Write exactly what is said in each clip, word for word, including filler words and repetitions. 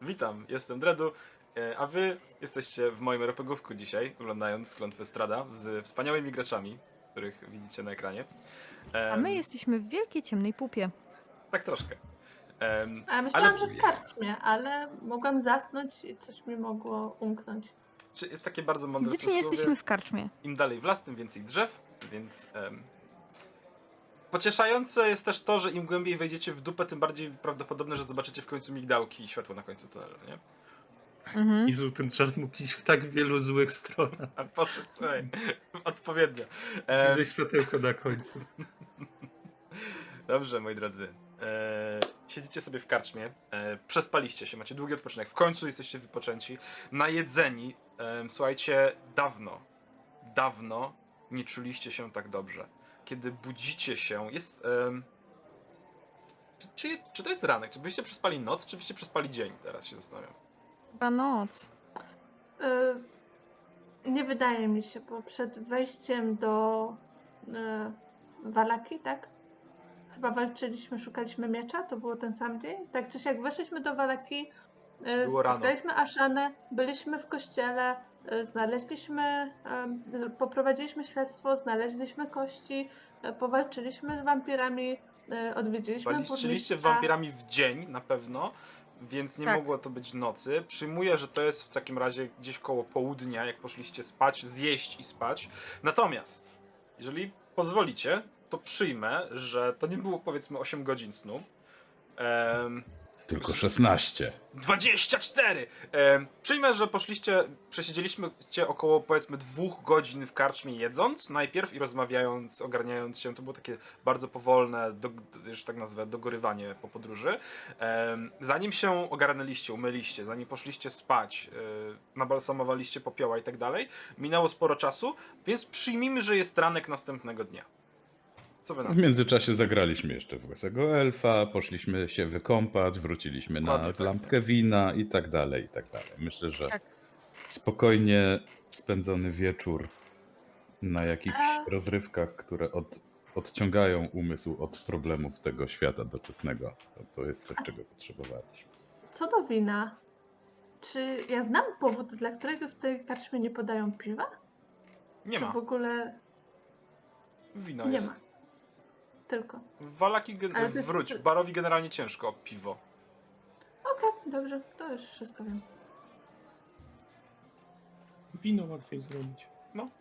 Witam, jestem Dredu, e, a wy jesteście w moim RPGówku dzisiaj, oglądając Klątwę Strada z wspaniałymi graczami, których widzicie na ekranie. A Em, my jesteśmy w wielkiej ciemnej pupie. Tak troszkę. Em, A ja myślałam, ale że w karczmie, ale mogłam zasnąć i coś mi mogło umknąć. czy- jest takie bardzo mądre Fizycznie przysłowie, jesteśmy w karczmie. im dalej w las, tym więcej drzew, więc... em, Pocieszające jest też to, że im głębiej wejdziecie w dupę, tym bardziej prawdopodobne, że zobaczycie w końcu migdałki i światło na końcu tunelu, nie? Mhm. Jezu, ten czar mógł iść w tak wielu złych stronach. A poszedł, słuchaj, odpowiednio. Em, Widzę światełko na końcu. Dobrze, moi drodzy. Eee, siedzicie sobie w karczmie, eee, przespaliście się, macie długi odpoczynek, w końcu jesteście wypoczęci, najedzeni. Eee, słuchajcie, dawno, dawno nie czuliście się tak dobrze. Kiedy budzicie się, jest... Eee, czy, czy, czy to jest ranek? Czy byście przespali noc, czy byście przespali dzień? Teraz się zastanawiam. Chyba noc. Yy, nie wydaje mi się, bo przed wejściem do yy, Vallaki, tak? Chyba walczyliśmy, szukaliśmy miecza, to było ten sam dzień. Tak czy siak weszliśmy do Vallaki, yy, Było rano. spotkaliśmy Ashanę, byliśmy w kościele, yy, znaleźliśmy, yy, poprowadziliśmy śledztwo, znaleźliśmy kości, yy, powalczyliśmy z wampirami, yy, odwiedziliśmy Waliliście burmistrza. wampirami w dzień na pewno, więc nie Tak. mogło to być nocy. Przyjmuję, że to jest w takim razie gdzieś koło południa, jak poszliście spać, zjeść i spać. Natomiast, jeżeli pozwolicie, to przyjmę, że to nie było powiedzmy osiem godzin snu. Em, Tylko szesnaście. dwadzieścia cztery! Em, przyjmę, że poszliście, przesiedzieliśmy cię około powiedzmy dwóch godzin w karczmie jedząc najpierw i rozmawiając, ogarniając się. To było takie bardzo powolne, do, do, już tak nazwę, dogorywanie po podróży. Em, zanim się ogarnęliście, umyliście, zanim poszliście spać, y, nabalsamowaliście popioła i tak dalej, minęło sporo czasu, więc przyjmijmy, że jest ranek następnego dnia. Co wy na W to? międzyczasie zagraliśmy jeszcze w Łysego Elfa, poszliśmy się wykąpać, wróciliśmy na Dokładnie tak. lampkę wina i tak dalej, i tak dalej. Myślę, że Tak. spokojnie spędzony wieczór na jakichś A- rozrywkach, które od, odciągają umysł od problemów tego świata doczesnego, to, to jest coś, czego potrzebowaliśmy. Co do wina, czy ja znam powód, dla którego w tej karczmie nie podają piwa? Nie czy ma. w ogóle Wino nie jest. ma? Tylko. W Valaki gen- Ale to jest- wróć, w barowi generalnie ciężko o piwo. Okej, dobrze, to już wszystko wiem. Wino łatwiej zrobić. No.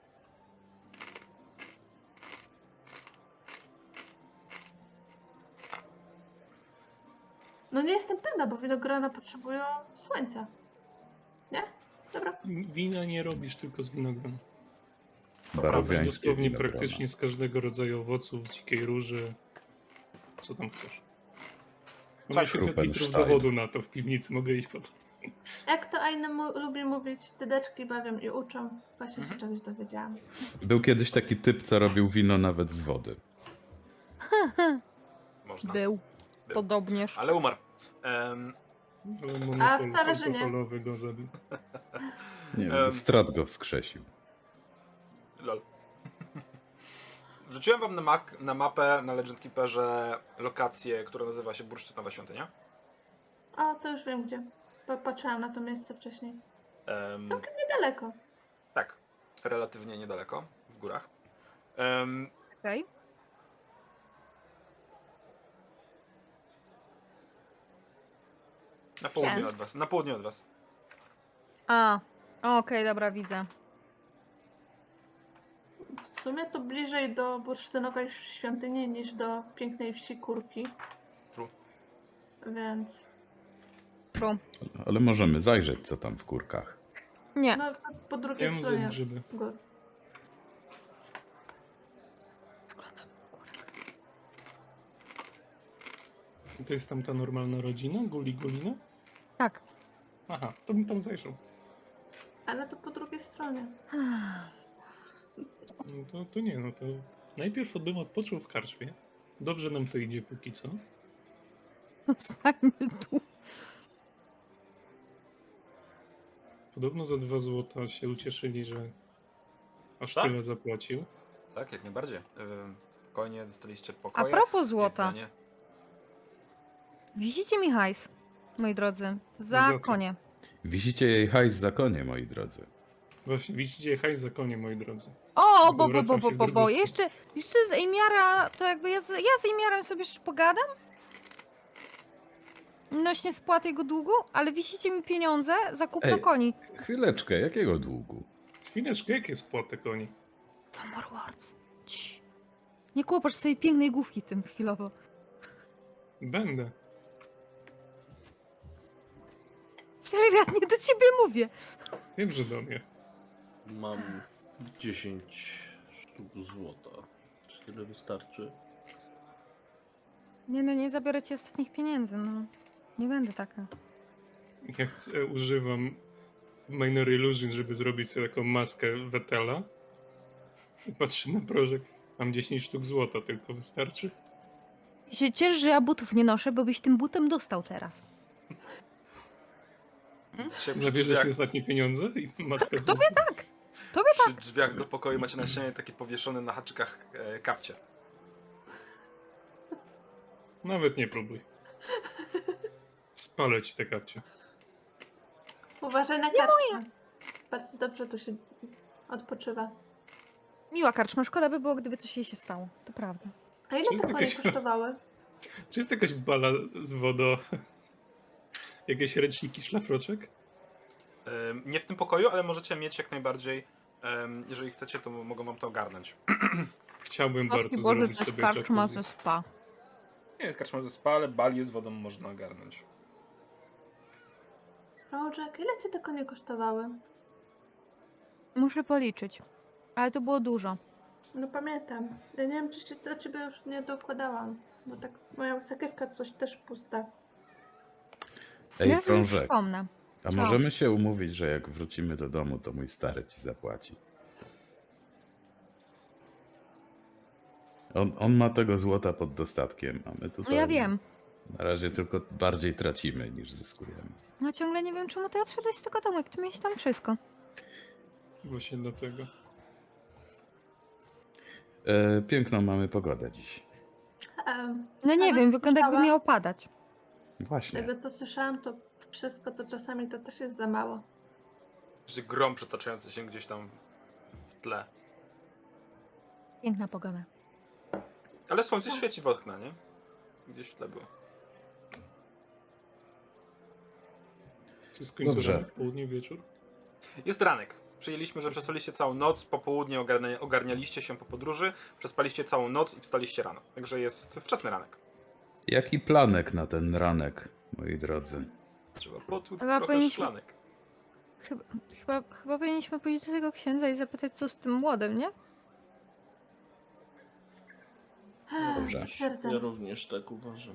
No nie jestem pewna, bo winogrona potrzebują słońca. Nie? Dobra. Wina nie robisz tylko z winogron. Barowiańskie Dosłownie winogrona. praktycznie z każdego rodzaju owoców, z dzikiej róży. Co tam chcesz? Mam Tak, siedem litrów Krupenstein. dowodu na to, w piwnicy mogę iść po to. Jak to Aina mu- lubi mówić, tydeczki bawią i uczą. Właśnie Mhm. się czegoś dowiedziałam. Był kiedyś taki typ, co robił wino nawet z wody. Można. Był. Był. Podobnież. Ale umarł. Em, Ale monopol wcale, że nie. alkoholowy go zabił. Nie Em. wiem, Strat go wskrzesił. lol. Wrzuciłem wam na, mak- na mapę na Legend Keeperze lokację, która nazywa się Bursztynowa Świątynia. O, to już wiem gdzie. Bo patrzyłam na to miejsce wcześniej. Em, Całkiem niedaleko. tak, relatywnie niedaleko, w górach. Em, Okej. na południu Siema. od was. Na południu od was. A, okej, dobra, widzę. W sumie to bliżej do bursztynowej świątyni niż do pięknej wsi Kurki. True. Więc... True. Ale możemy zajrzeć, co tam w kurkach. Nie. No, to po drugiej Ja mu stronie zjem grzyby. gór. To jest tam ta normalna rodzina? Guli Gulina? Tak. Aha, to bym tam zajrzał. Ale to po drugiej stronie. No to, to nie, no to najpierw bym odpoczął w karczmie. Dobrze nam to idzie póki co. Zostańmy tu. Podobno za dwa złota się ucieszyli, że aż Tak? tyle zapłacił. Tak, jak najbardziej. Ym, spokojnie, dostaliście A pokoje. propos złota. jedzenie. Widzicie mi hajs? moi drodzy. Za Za co? konie. Wisicie jej hajs za konie, moi drodzy. Właśnie, widzicie, hajs za konie, moi drodzy. O, Tylko bo, bo, bo, wracam bo, się w bo, drugą bo. stronę. Jeszcze, jeszcze z Emiara, to jakby ja z, ja z Emiarem sobie jeszcze pogadam. Nośnie spłatę jego długu, ale wisicie mi pieniądze za kupno Ej. koni. Chwileczkę, jakiego długu? Chwileczkę, jakie jest płatę koni? No more words. Cii. Nie kłoposz swojej pięknej główki tym chwilowo. Będę. Selirat, nie do ciebie mówię. Wiem, że do mnie. Mam dziesięć sztuk złota. Czy tyle wystarczy? Nie no, nie zabiorę ci ostatnich pieniędzy, no. Nie będę taka. Ja chcę, używam Minor Illusion, żeby zrobić sobie taką maskę Wetela. I patrzę na prożek. Mam dziesięć sztuk złota, tylko wystarczy. Się ciesz, że ja butów nie noszę, bo byś tym butem dostał teraz. Dzisiaj przy Zabierzesz drzwiach, mi ostatnie pieniądze i maskę Tobie tak! Tobie przy drzwiach do pokoju macie na ścianie takie powieszone na haczykach e, kapcie. Nawet nie próbuj. Spalę ci te kapcie. Uważaj na kartę. Bardzo dobrze tu się odpoczywa. Miła karczma, szkoda by było, gdyby coś jej się stało. To prawda. A ile Czy jest te konie jakaś- kosztowały? Czy jest jakaś bala z wodą? Jakieś ręczniki szlafroczek? Em, nie w tym pokoju, ale możecie mieć jak najbardziej. em, jeżeli chcecie, to mogą wam to ogarnąć. Chciałbym Matki bardzo Boże, zrobić to jest sobie karczma jacuzzi. ze spa. Nie jest karczma ze spa, ale balię z wodą można ogarnąć. Rożek, ile cię te konie kosztowały? Muszę policzyć. Ale to było dużo. No pamiętam. Ja nie wiem, czy się do ciebie już nie dokładałam. Bo tak moja sakiewka coś też pusta. Ej, ja sobie krążek, przypomnę. a Co? możemy się umówić, że jak wrócimy do domu, to mój stary ci zapłaci. On, on ma tego złota pod dostatkiem, a my No tutaj ja wiem. na razie tylko bardziej tracimy niż zyskujemy. No ciągle nie wiem, czemu ty odszedłeś z tego domu, jak ty miałeś tam wszystko. Właśnie do tego. E, piękną mamy pogodę dziś. Um, No nie wiem, wygląda jakby miało padać. Z Właśnie. tego co słyszałam, to wszystko to czasami to też jest za mało. Że grom przetaczający się gdzieś tam w tle. Piękna pogoda. Ale słońce świeci w okna, nie? Gdzieś w tle było. Czy skończył Dobrze. ranek, południe, wieczór? Jest ranek. Przyjęliśmy, że przespaliście całą noc, po południu ogarnia, ogarnialiście się po podróży, przespaliście całą noc i wstaliście rano. Także jest wczesny ranek. Jaki planek na ten ranek, moi drodzy? Trzeba potłuc Chyba trochę powinniśmy- szklanek. Chyba, chyba, chyba powinniśmy pójść do tego księdza i zapytać, co z tym młodym, nie? Dobrze. Potwierdzam. Ja również tak uważam.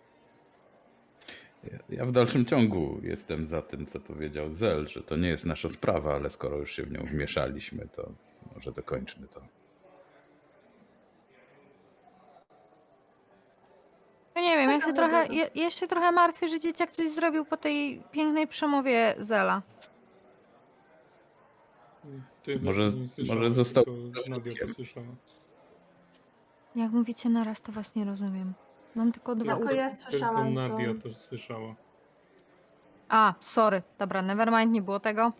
Ja, ja w dalszym ciągu jestem za tym, co powiedział Zel, że to nie jest nasza sprawa, ale skoro już się w nią wmieszaliśmy, to może dokończmy to. No nie wiem, ja się Taka trochę, wygoda. ja, ja się trochę martwię, że dzieciak coś zrobił po tej pięknej przemowie Zela. Ty Może- nawet nie słyszałem, może został tylko Nadia to zawodnikiem. słyszała. Jak mówicie naraz, to was nie rozumiem. Mam tylko dwa Tylko uszy. ja Tylko słyszałam to. Nadia to słyszała. A, sorry. Dobra, nevermind, nie było tego.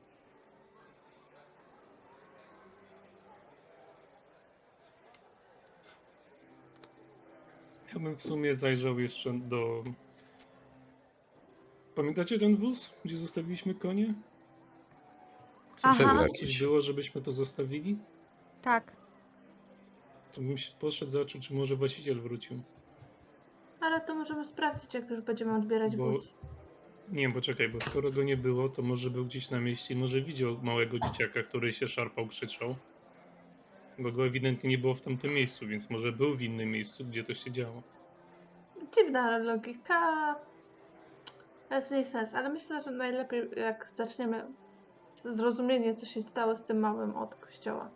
Ja bym w sumie zajrzał jeszcze do... Pamiętacie ten wóz, gdzie zostawiliśmy konie? Aha. Czego Coś jakiś? było, żebyśmy to zostawili? Tak. To bym się poszedł zobaczył, czy może właściciel wrócił. Ale to możemy sprawdzić, jak już będziemy odbierać Bo- wóz. Nie, poczekaj, bo skoro go nie było, to może był gdzieś na mieście i może widział małego dzieciaka, który się szarpał, krzyczał. Bo go ewidentnie nie było w tamtym miejscu, więc może był w innym miejscu, gdzie to się działo. Dziwna logika. Jest jej sens, ale myślę, że najlepiej jak zaczniemy zrozumienie, co się stało z tym małym od kościoła.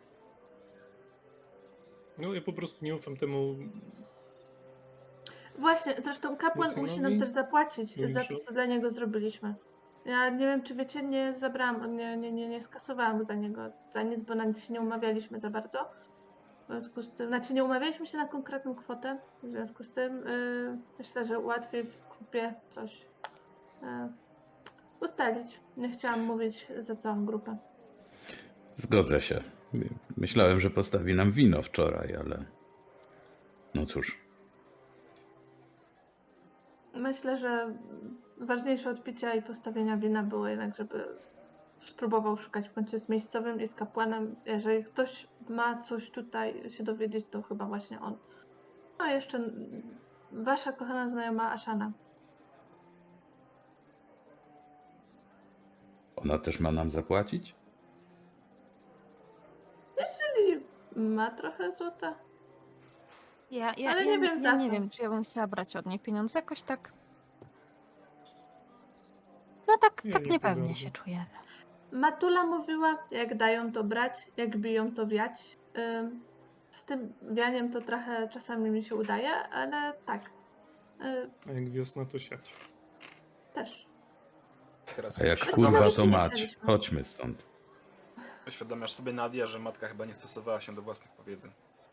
No ja po prostu nie ufam temu. Właśnie, zresztą kapłan musi nam Wilsonowi? też zapłacić za to, Wilsonowi? co dla niego zrobiliśmy. Ja nie wiem, czy wiecie, nie zabrałam, nie, nie, nie, nie skasowałam za niego za nic, bo na nic się nie umawialiśmy za bardzo. W związku z tym, znaczy nie umawialiśmy się na konkretną kwotę, w związku z tym yy, myślę, że łatwiej w kupie coś e, ustalić. Nie chciałam mówić za całą grupę. Zgodzę się. Myślałem, że postawi nam wino wczoraj, ale no cóż. Myślę, że ważniejsze od picia i postawienia wina było jednak, żeby spróbował szukać w końcu z miejscowym i z kapłanem. Jeżeli ktoś ma coś tutaj się dowiedzieć, to chyba właśnie on. No i jeszcze mm, wasza kochana znajoma Ashana. Ona też ma nam zapłacić? Jeżeli ma trochę złota. Ja, ja, Ale ja, nie wiem ja za nie co. wiem, czy ja bym chciała brać od niej pieniądze jakoś tak. No tak, Nie, tak nie niepewnie bardzo. się czuję. Matula mówiła, jak dają to brać, jak biją to wiać. Ym, Z tym wianiem to trochę czasami mi się udaje, ale tak. Y, A jak wiosna to siać. Też. Teraz A jak Choć kurwa nawet to nie mać. sialiśmy. Chodźmy stąd. Uświadamiasz sobie, Nadia, że matka chyba nie stosowała się do własnych powiedzeń.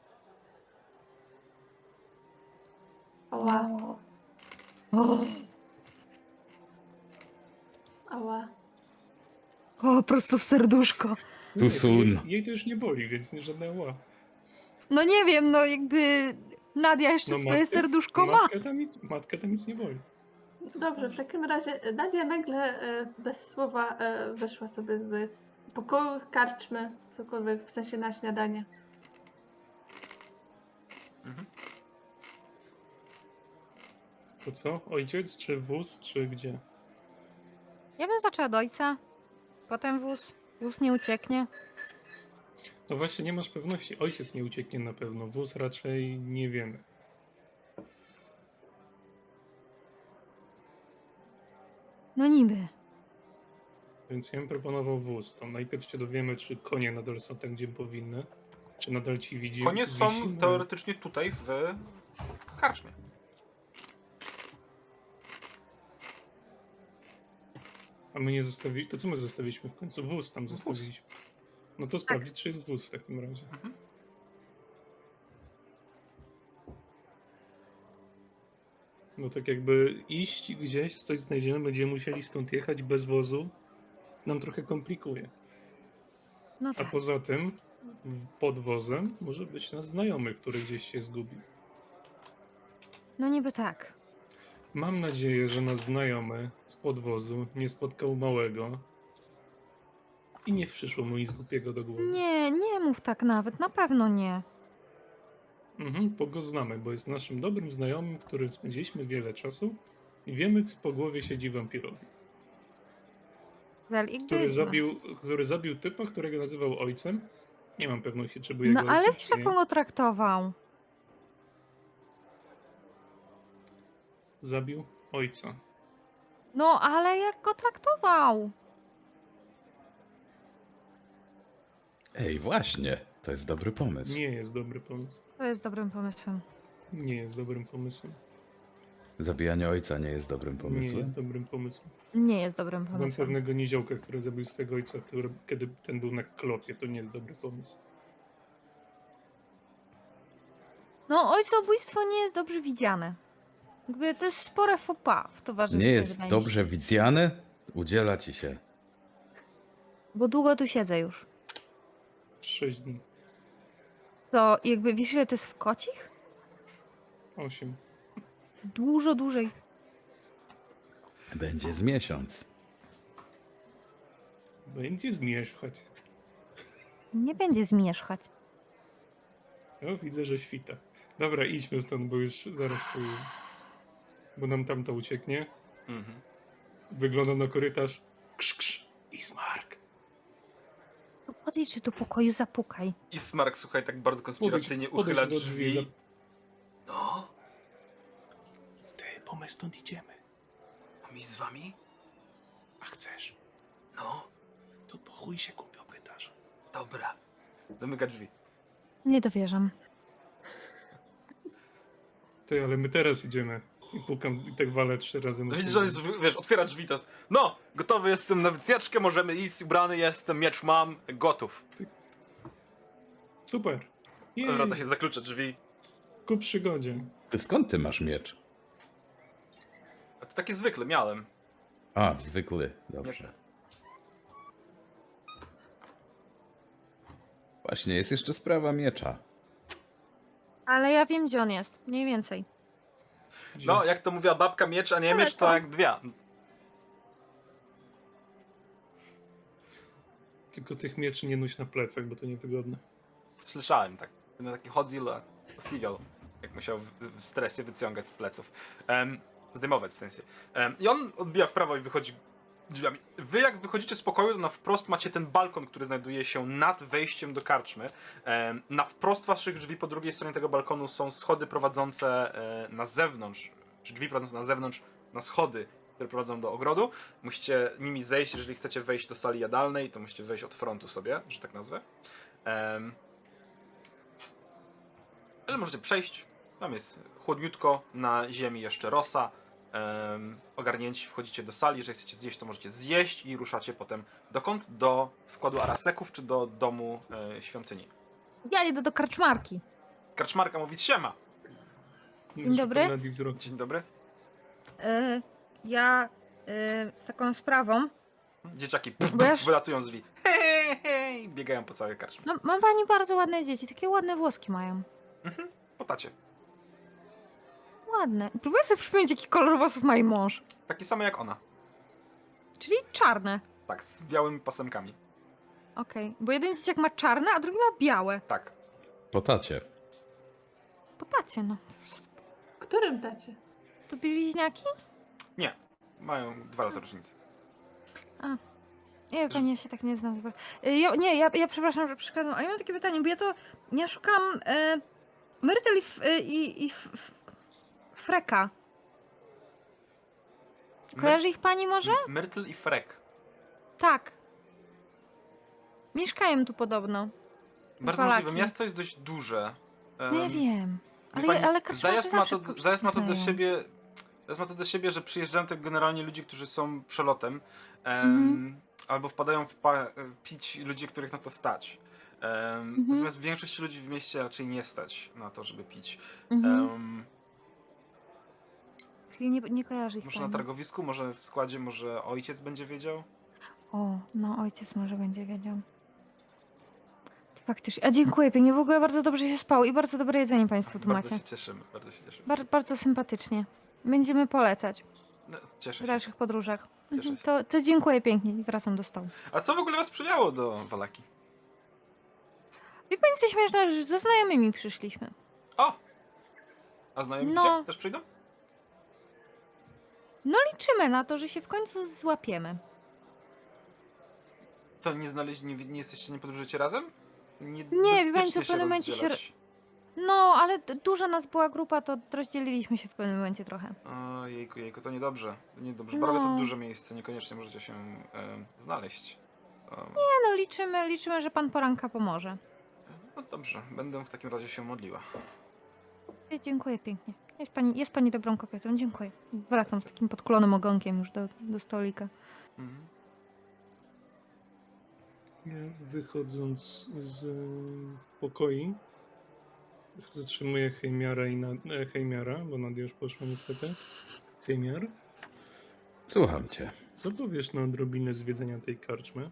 Ała, O, ała. o, prosto w serduszko. Tu Nie, sun. Jej, jej to już nie boli, więc nie żadna ła. No nie wiem, no jakby Nadia jeszcze No swoje matkę- serduszko ma. Matkę tam nic, matkę tam nic nie boli. Dobrze, w takim razie Nadia nagle e, bez słowa e, wyszła sobie z pokoju, karczmy, cokolwiek, w sensie na śniadanie. Mhm. To co? Ojciec, czy wóz, czy gdzie? Ja bym zaczęła od ojca, potem wóz. Wóz nie ucieknie. No właśnie, nie masz pewności. Ojciec nie ucieknie na pewno. Wóz raczej nie wiemy. No niby. Więc ja bym proponował wóz. Tam najpierw się dowiemy, czy konie nadal są tam, gdzie powinny. Czy nadal ci widzi. Konie są wisi- teoretycznie tutaj w karczmie. A my nie zostawiliśmy. To co my zostawiliśmy w końcu? Wóz tam Wóz. zostawiliśmy. No to sprawdzić, czy jest wóz w takim razie. Mhm. No tak jakby iść gdzieś, coś znajdziemy, będziemy musieli stąd jechać bez wozu. Nam trochę komplikuje. No A tak. poza tym w- pod wozem może być nasz znajomy, który gdzieś się zgubił. No niby tak. Mam nadzieję, że nasz znajomy z podwozu nie spotkał małego i nie przyszło mu nic głupiego do głowy. Nie, nie mów tak nawet, na pewno nie. Mhm, bo go znamy, bo jest naszym dobrym znajomym, którym spędziliśmy wiele czasu i wiemy, co po głowie siedzi wampirowi. Zel, jakby... Który zabił, który zabił typa, którego nazywał ojcem. Nie mam pewności, czy był jego No ale ojcem, wiesz, czy jak nie. on go traktował. Zabił ojca. No ale jak go traktował. Ej, właśnie. To jest dobry pomysł. Nie jest dobry pomysł. To jest dobrym pomysłem. Nie jest dobrym pomysłem. Zabijanie ojca nie jest dobrym Nie pomysłem. jest dobrym pomysłem. Nie jest dobrym Znam pomysłem. pewnego niziołka, który zabił swego ojca, który, kiedy ten był na klopie. To nie jest dobry pomysł. No ojcobójstwo nie jest dobrze widziane. Jakby to jest spore faux pas w towarzystwie. Nie jest wydaje mi dobrze się. widziane? Udziela ci się. Bo długo tu siedzę już. Sześć dni. To jakby wiesz ile to jest w kocich? Osiem. Dużo dłużej. Będzie z miesiąc. Będzie zmierzchać. Nie będzie zmierzchać. O, widzę, że świta. Dobra, idźmy stąd, bo już zaraz tu... Bo nam tamta ucieknie. Mhm. Wygląda na korytarz. Krz, krz. I smark. To podejdź do pokoju, zapukaj. I Smark, słuchaj, tak bardzo konspiracyjnie Podejdź- podejdź uchyla do drzwi, drzwi. za- No, Ty, bo my stąd idziemy. a mi z wami? A chcesz? No, To po chuj się głupio pytasz. dobra. Zamyka drzwi. Nie dowierzam. Ty, ale my teraz idziemy. I pukam i tak walę trzy razy. No na widzisz, tył. że on jest, wiesz, otwiera drzwi, to jest, no, gotowy jestem na wycieczkę, możemy iść, ubrany jestem, miecz mam, gotów. Super. Jej, Odwraca się, zaklucza drzwi. ku przygodzie. Ty skąd ty masz miecz? A to takie zwykle miałem. A, zwykły, dobrze. Właśnie, jest jeszcze sprawa miecza. Ale ja wiem, gdzie on jest. Mniej więcej. Gdzie? No, jak to mówiła babka, miecz, a nie Ale miecz, to to- jak dwie. Tylko tych mieczy nie noś na plecach, bo to niewygodne. Słyszałem tak. No, taki Hodzilla, Seagull, jak musiał w, w stresie wyciągać z pleców. Um, zdejmować w sensie. Um, I on odbija w prawo i wychodzi drzwiami. Wy jak wychodzicie z pokoju, to na wprost macie ten balkon, który znajduje się nad wejściem do karczmy. Um, na wprost waszych drzwi po drugiej stronie tego balkonu są schody prowadzące e, na zewnątrz, czy drzwi prowadzące na zewnątrz, na schody, które prowadzą do ogrodu. Musicie nimi zejść, jeżeli chcecie wejść do sali jadalnej, to musicie wejść od frontu sobie, że tak nazwę. Um, ale możecie przejść. Tam jest chłodniutko, na ziemi jeszcze rosa. Um, ogarnięci wchodzicie do sali. Jeżeli chcecie zjeść, to możecie zjeść i ruszacie potem dokąd? Do składu Araseków czy do domu e, świątyni? Ja idę do karczmarki. Karczmarka mówi siema. Dzień dobry. Dzień dobry. E, ja e, z taką sprawą. Dzieciaki Bo ja sz- wylatują z drzwi. Hej, hej, biegają po całej karczmie. No, ma pani bardzo ładne dzieci. Takie ładne włoski mają. Mhm, po tacie. Ładne. Próbuję sobie przypomnieć, jaki kolor włosów ma jej mąż. Taki sam jak ona. Czyli czarne. Tak, z białymi pasemkami. Okej. Bo jeden dzieciak ma czarne, a drugi ma białe. Tak. Po tacie. Po tacie, no. W którym tacie? To bliźniaki? Nie. Mają dwa lata różnicy. Nie, pani, ja się tak nie znam. za bardzo. Y, Ja, nie, ja, ja przepraszam, że przeszkadzam, ale ja mam takie pytanie, bo ja to... Ja szukam e, Myrtle i, f, y, i, i f, f, Freka. Kojarzy ich pani może? M- Myrtle i Frek. Tak. Mieszkają tu podobno. Bardzo Walaki. możliwe. Miasto jest dość duże. No ja Em, wiem. Wie Ale, pani, ale karczmarze zajazd ma, zawsze to, wszyscy zajazd ma to do znają. siebie. Zajazd ma to do siebie, że przyjeżdżają tak generalnie ludzie, którzy są przelotem. Em, Mhm. Albo wpadają w pa- pić ludzie, których na to stać. Em, Mhm. Natomiast większość ludzi w mieście raczej nie stać na to, żeby pić. Mhm. Em, Czyli nie, nie kojarzy ich może na pani. targowisku, może w składzie, może ojciec będzie wiedział. O, no ojciec może będzie wiedział. Faktycznie. A dziękuję pięknie. W ogóle bardzo dobrze się spało i bardzo dobre jedzenie państwo tu Bardzo macie. się cieszymy, bardzo się cieszymy. Bar bardzo sympatycznie. Będziemy polecać No, cieszę w się. dalszych podróżach. Cieszę Mhm. się. To, to dziękuję pięknie i wracam do stołu. A co w ogóle was przywiało do Walaki? Wie pani co śmieszne, że ze znajomymi przyszliśmy. O! A znajomi No. gdzie? Też przyjdą? No liczymy na to, że się w końcu złapiemy. To nie znaleźli, nie, nie jesteście, nie podróżujecie razem? Nie, Nie, wie pani bezpiecznie co, w pewnym momencie się- rozdzielać. No, ale d- duża nas była grupa, to rozdzieliliśmy się w pewnym momencie trochę. O, jejku, jejku, to niedobrze. To niedobrze. Barwy to No. duże miejsce, niekoniecznie możecie się e, znaleźć. Um, Nie no, liczymy, liczymy, że pan poranka pomoże. no dobrze, będę w takim razie się modliła. Ej, dziękuję pięknie. Jest pani, jest pani dobrą kobietą, dziękuję. Wracam z takim podkulonym ogonkiem już do, do stolika. Mhm. Ja wychodząc z e, pokoi, zatrzymuję Hejmiara i nad, e, Hejmiara, bo Nadia już poszła niestety. Hejmiar, Słucham cię. co powiesz na odrobinę zwiedzenia tej karczmy?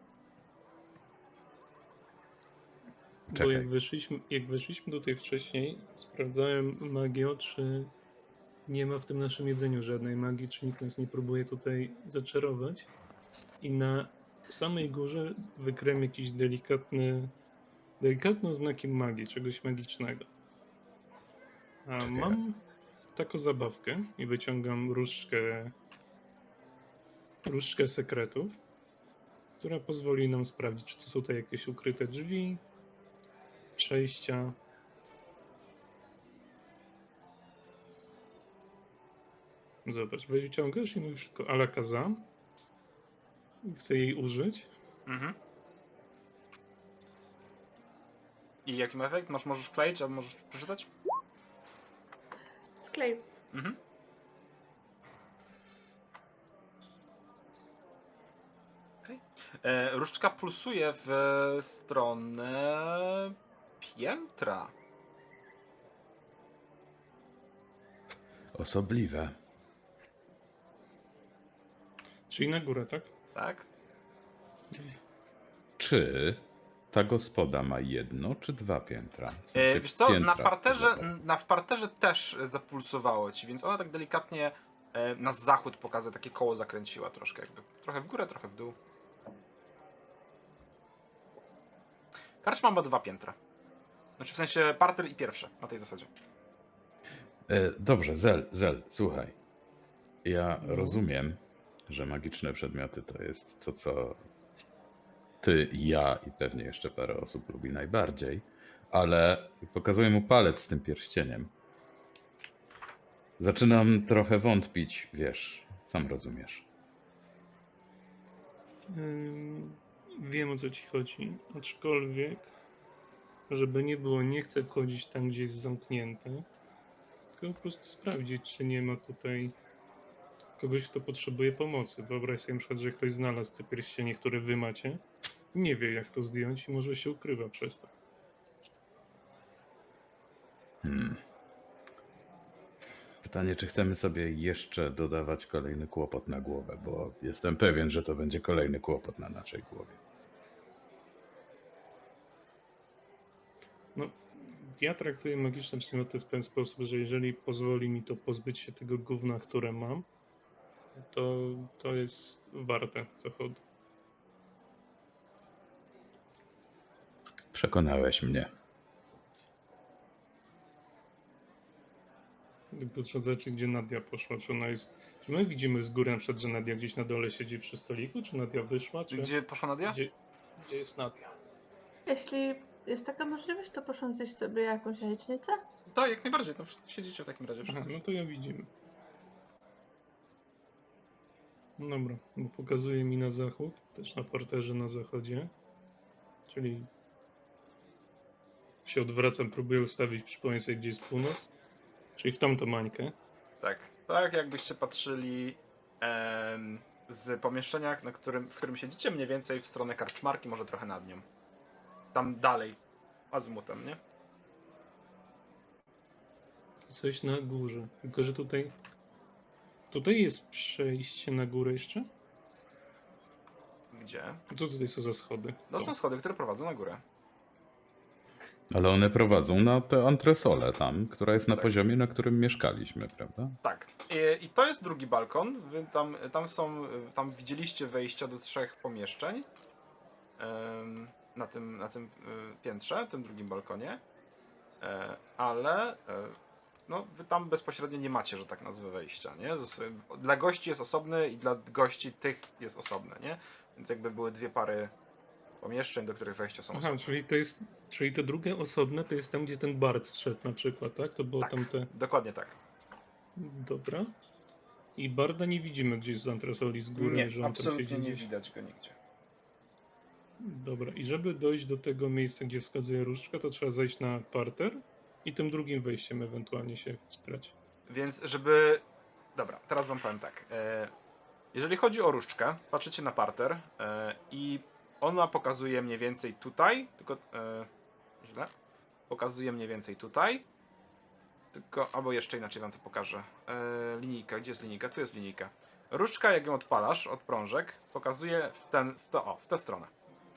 Bo Czekaj. jak weszliśmy, jak weszliśmy tutaj wcześniej, sprawdzałem magię, czy nie ma w tym naszym jedzeniu żadnej magii, czy nikt nas nie próbuje tutaj zaczarować. I na samej górze wykryłem jakiś delikatny, delikatne oznaki magii, czegoś magicznego. A Czekaj. mam taką zabawkę i wyciągam różdżkę, różdżkę sekretów, która pozwoli nam sprawdzić, czy to są tutaj jakieś ukryte drzwi, przejścia. Zobacz, wyciągasz i mówisz tylko Alakaza. Chcę jej użyć. Mhm. I jaki ma efekt? Masz, możesz wkleić, albo możesz przeczytać? Wklej. Mhm. Okay. E, różdżka pulsuje w stronę piętra. Osobliwe. Czyli na górę, tak? Tak? Czy ta gospoda ma jedno czy dwa piętra? W E, sensie wiesz co, na piętra parterze, tego. na w parterze też zapulsowało ci, więc ona tak delikatnie e, na zachód pokazuje, takie koło zakręciła troszkę jakby. Trochę w górę, trochę w dół. Karczma ma dwa piętra. Znaczy w sensie parter i pierwsze, na tej zasadzie. E, dobrze, Zel, Zel, słuchaj. Ja No. rozumiem, że magiczne przedmioty to jest to, co ty i ja i pewnie jeszcze parę osób lubi najbardziej, ale pokazuję mu palec z tym pierścieniem. Zaczynam trochę wątpić, wiesz, sam rozumiesz. Ym, wiem, o co ci chodzi, aczkolwiek, żeby nie było, nie chcę wchodzić tam, gdzie jest zamknięte, tylko po prostu sprawdzić, czy nie ma tutaj kogoś, kto potrzebuje pomocy. Wyobraź sobie na przykład, że ktoś znalazł te pierścienie, które wy macie, nie wie, jak to zdjąć i może się ukrywa przez to. Hmm. Pytanie, czy chcemy sobie jeszcze dodawać kolejny kłopot na głowę, bo jestem pewien, że to będzie kolejny kłopot na naszej głowie. No, ja traktuję magiczne przedmioty w ten sposób, że jeżeli pozwoli mi to pozbyć się tego gówna, które mam, to, to jest warte zachodu. Przekonałeś mnie. Tylko trzeba zobaczyć, gdzie Nadia poszła. Czy ona jest. Czy my widzimy z góry na przykład, że Nadia gdzieś na dole siedzi przy stoliku? Czy Nadia wyszła? Czy... Gdzie poszła Nadia? Gdzie, gdzie jest Nadia? Jeśli jest taka możliwość, to proszę zjeść sobie jakąś jajecznicę. Tak, jak najbardziej, to wszyscy siedzicie w takim razie Aha, wszyscy. no to ja widzimy. No dobra, bo pokazuje mi na zachód, też na parterze na zachodzie. Czyli się odwracam, próbuję ustawić, przypomnę sobie, gdzie jest północ. Czyli w tamtą mańkę. Tak, tak jakbyście patrzyli em, z pomieszczenia, na którym, w którym siedzicie, mniej więcej w stronę karczmarki, może trochę nad nią. Tam dalej, azymutem, nie? Coś na górze. Tylko, że tutaj... Tutaj jest przejście na górę jeszcze? Gdzie? Co tutaj są za schody? No To. są schody, które prowadzą na górę. Ale one prowadzą na tę antresolę tam, która jest na Tak. poziomie, na którym mieszkaliśmy, prawda? Tak. I, i to jest drugi balkon. Wy tam, tam są, tam widzieliście wejścia do trzech pomieszczeń. em, na tym, na tym y, piętrze, tym drugim balkonie. E, ale e, no, wy tam bezpośrednio nie macie, że tak nazwę, wejścia, nie? Ze swoim, dla gości jest osobny i dla gości tych jest osobne, nie? Więc jakby były dwie pary pomieszczeń, do których wejścia są Aha, osobne. czyli to jest... Czyli te drugie osobne to jest tam, gdzie ten Bart zszedł na przykład, tak? To było Tak. tam te... Dokładnie tak. Dobra. I Barda nie widzimy gdzieś z antresoli z góry, Nie, że on tam absolutnie siedzi nie gdzieś. widać go nigdzie. Dobra, i żeby dojść do tego miejsca, gdzie wskazuje różdżka, to trzeba zejść na parter i tym drugim wejściem ewentualnie się wstrać. Więc żeby... Dobra, teraz wam powiem tak. E, jeżeli chodzi o różdżkę, patrzycie na parter e, i ona pokazuje mniej więcej tutaj, tylko... E, źle. Pokazuje mniej więcej tutaj. Tylko, albo jeszcze inaczej wam to pokażę. E, linijka, gdzie jest linijka? Tu jest linijka. Różdżka, jak ją odpalasz od prążek, pokazuje w, ten, w, to, o, w tę stronę.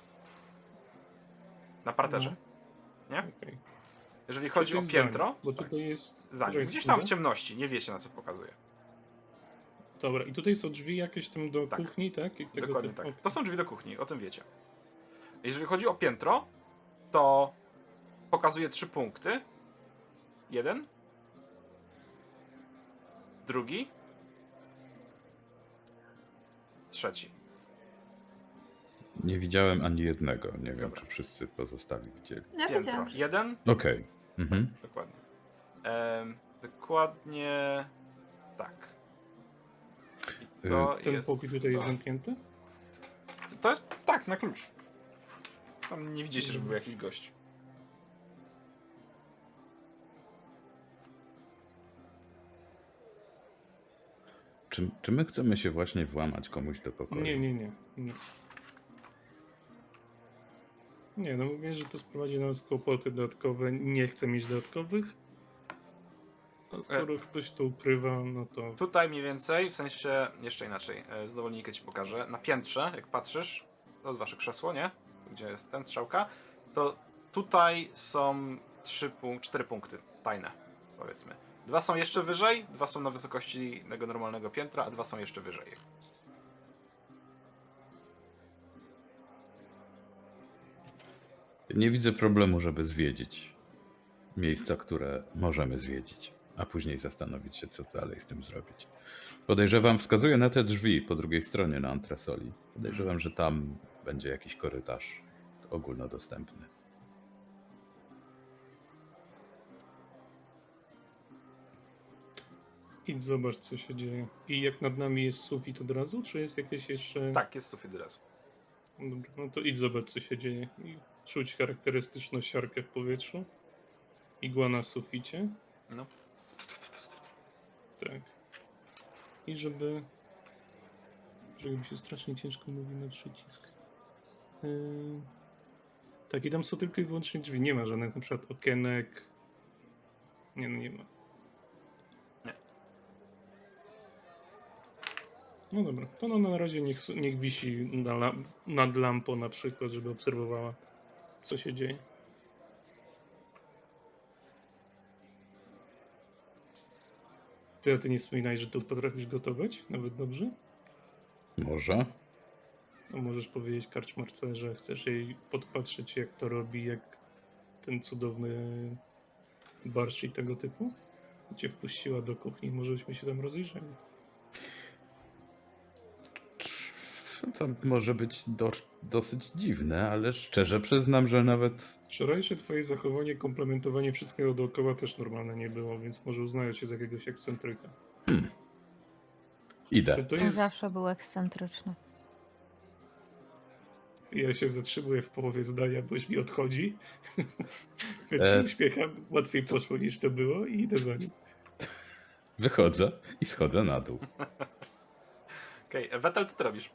Na parterze. Nie? Okej. Jeżeli chodzi To o jest piętro, za nim, Bo tak, tutaj jest... za nim. Poczekaj Gdzieś tam w sekundę. ciemności, nie wiecie na co pokazuje. Dobra, i tutaj są drzwi jakieś tam do Tak. kuchni, tak? I tego Dokładnie typu- tak. okej. To są drzwi do kuchni, o tym wiecie. Jeżeli chodzi o piętro, to pokazuje trzy punkty. Jeden. Drugi. Trzeci. Nie widziałem ani jednego. Nie wiem, Dobra. czy wszyscy pozostali widzieli. Ja Piętro. wiedziałam, że Jeden. Okej. Mhm. Dokładnie. Em, dokładnie tak. I to Ten jest... pokój tutaj jest zamknięty? To jest tak, na klucz. Tam nie widzicie, żeby był jakiś gość. Czy, czy my chcemy się właśnie włamać komuś do pokoju? Nie, nie, nie. Nie, nie no mówię, że to sprowadzi na nas kłopoty dodatkowe. Nie chcę mieć dodatkowych. A skoro ktoś to ukrywa, no to Tutaj mniej więcej, w sensie jeszcze inaczej, e, z dowolnika ci pokażę. Na piętrze, jak patrzysz, to jest wasze krzesło, nie? Gdzie jest ten strzałka, to tutaj są trzy punk- cztery punkty tajne, powiedzmy. Dwa są jeszcze wyżej, dwa są na wysokości tego normalnego piętra, a dwa są jeszcze wyżej. Nie widzę problemu, żeby zwiedzić miejsca, które możemy zwiedzić, a później zastanowić się, co dalej z tym zrobić. Podejrzewam, wskazuję na te drzwi po drugiej stronie na antresoli. Podejrzewam, że tam będzie jakiś korytarz ogólnodostępny. idź zobacz, co się dzieje. I jak nad nami jest sufit od razu, czy jest jakieś jeszcze... Tak, jest sufit od razu. Dobra, no to idź zobacz, co się dzieje. I czuć charakterystyczną siarkę w powietrzu. Igła na suficie. No. Tak. I żeby... Żeby mi się strasznie ciężko mówi na przycisk. Yy... Tak, i tam są tylko i wyłącznie drzwi. Nie ma żadnych na przykład okienek. Nie, no nie ma. Nie. No dobra, to no na razie niech, niech wisi na lam- nad lampą na przykład, żeby obserwowała, co się dzieje. Ty, a ty nie wspominaj, że tu potrafisz gotować? Nawet dobrze? Może? A możesz powiedzieć karczmarce, że chcesz jej podpatrzeć, jak to robi, jak ten cudowny barszcz i tego typu? Cię wpuściła do kuchni, może byśmy się tam rozejrzeli. To może być do, dosyć dziwne, ale szczerze przyznam, że nawet Wczorajsze twoje zachowanie, komplementowanie wszystkiego dookoła też normalne nie było, więc może uznaję cię za jakiegoś ekscentryka. idę. Czy to On jest... zawsze był ekscentryczny. Ja się zatrzymuję w połowie zdania, bo już mi odchodzi. Więc E. się uśmiecham, łatwiej poszło niż to było i idę za nim. Wychodzę i schodzę na dół. Okej, okay. Wetel, co ty robisz?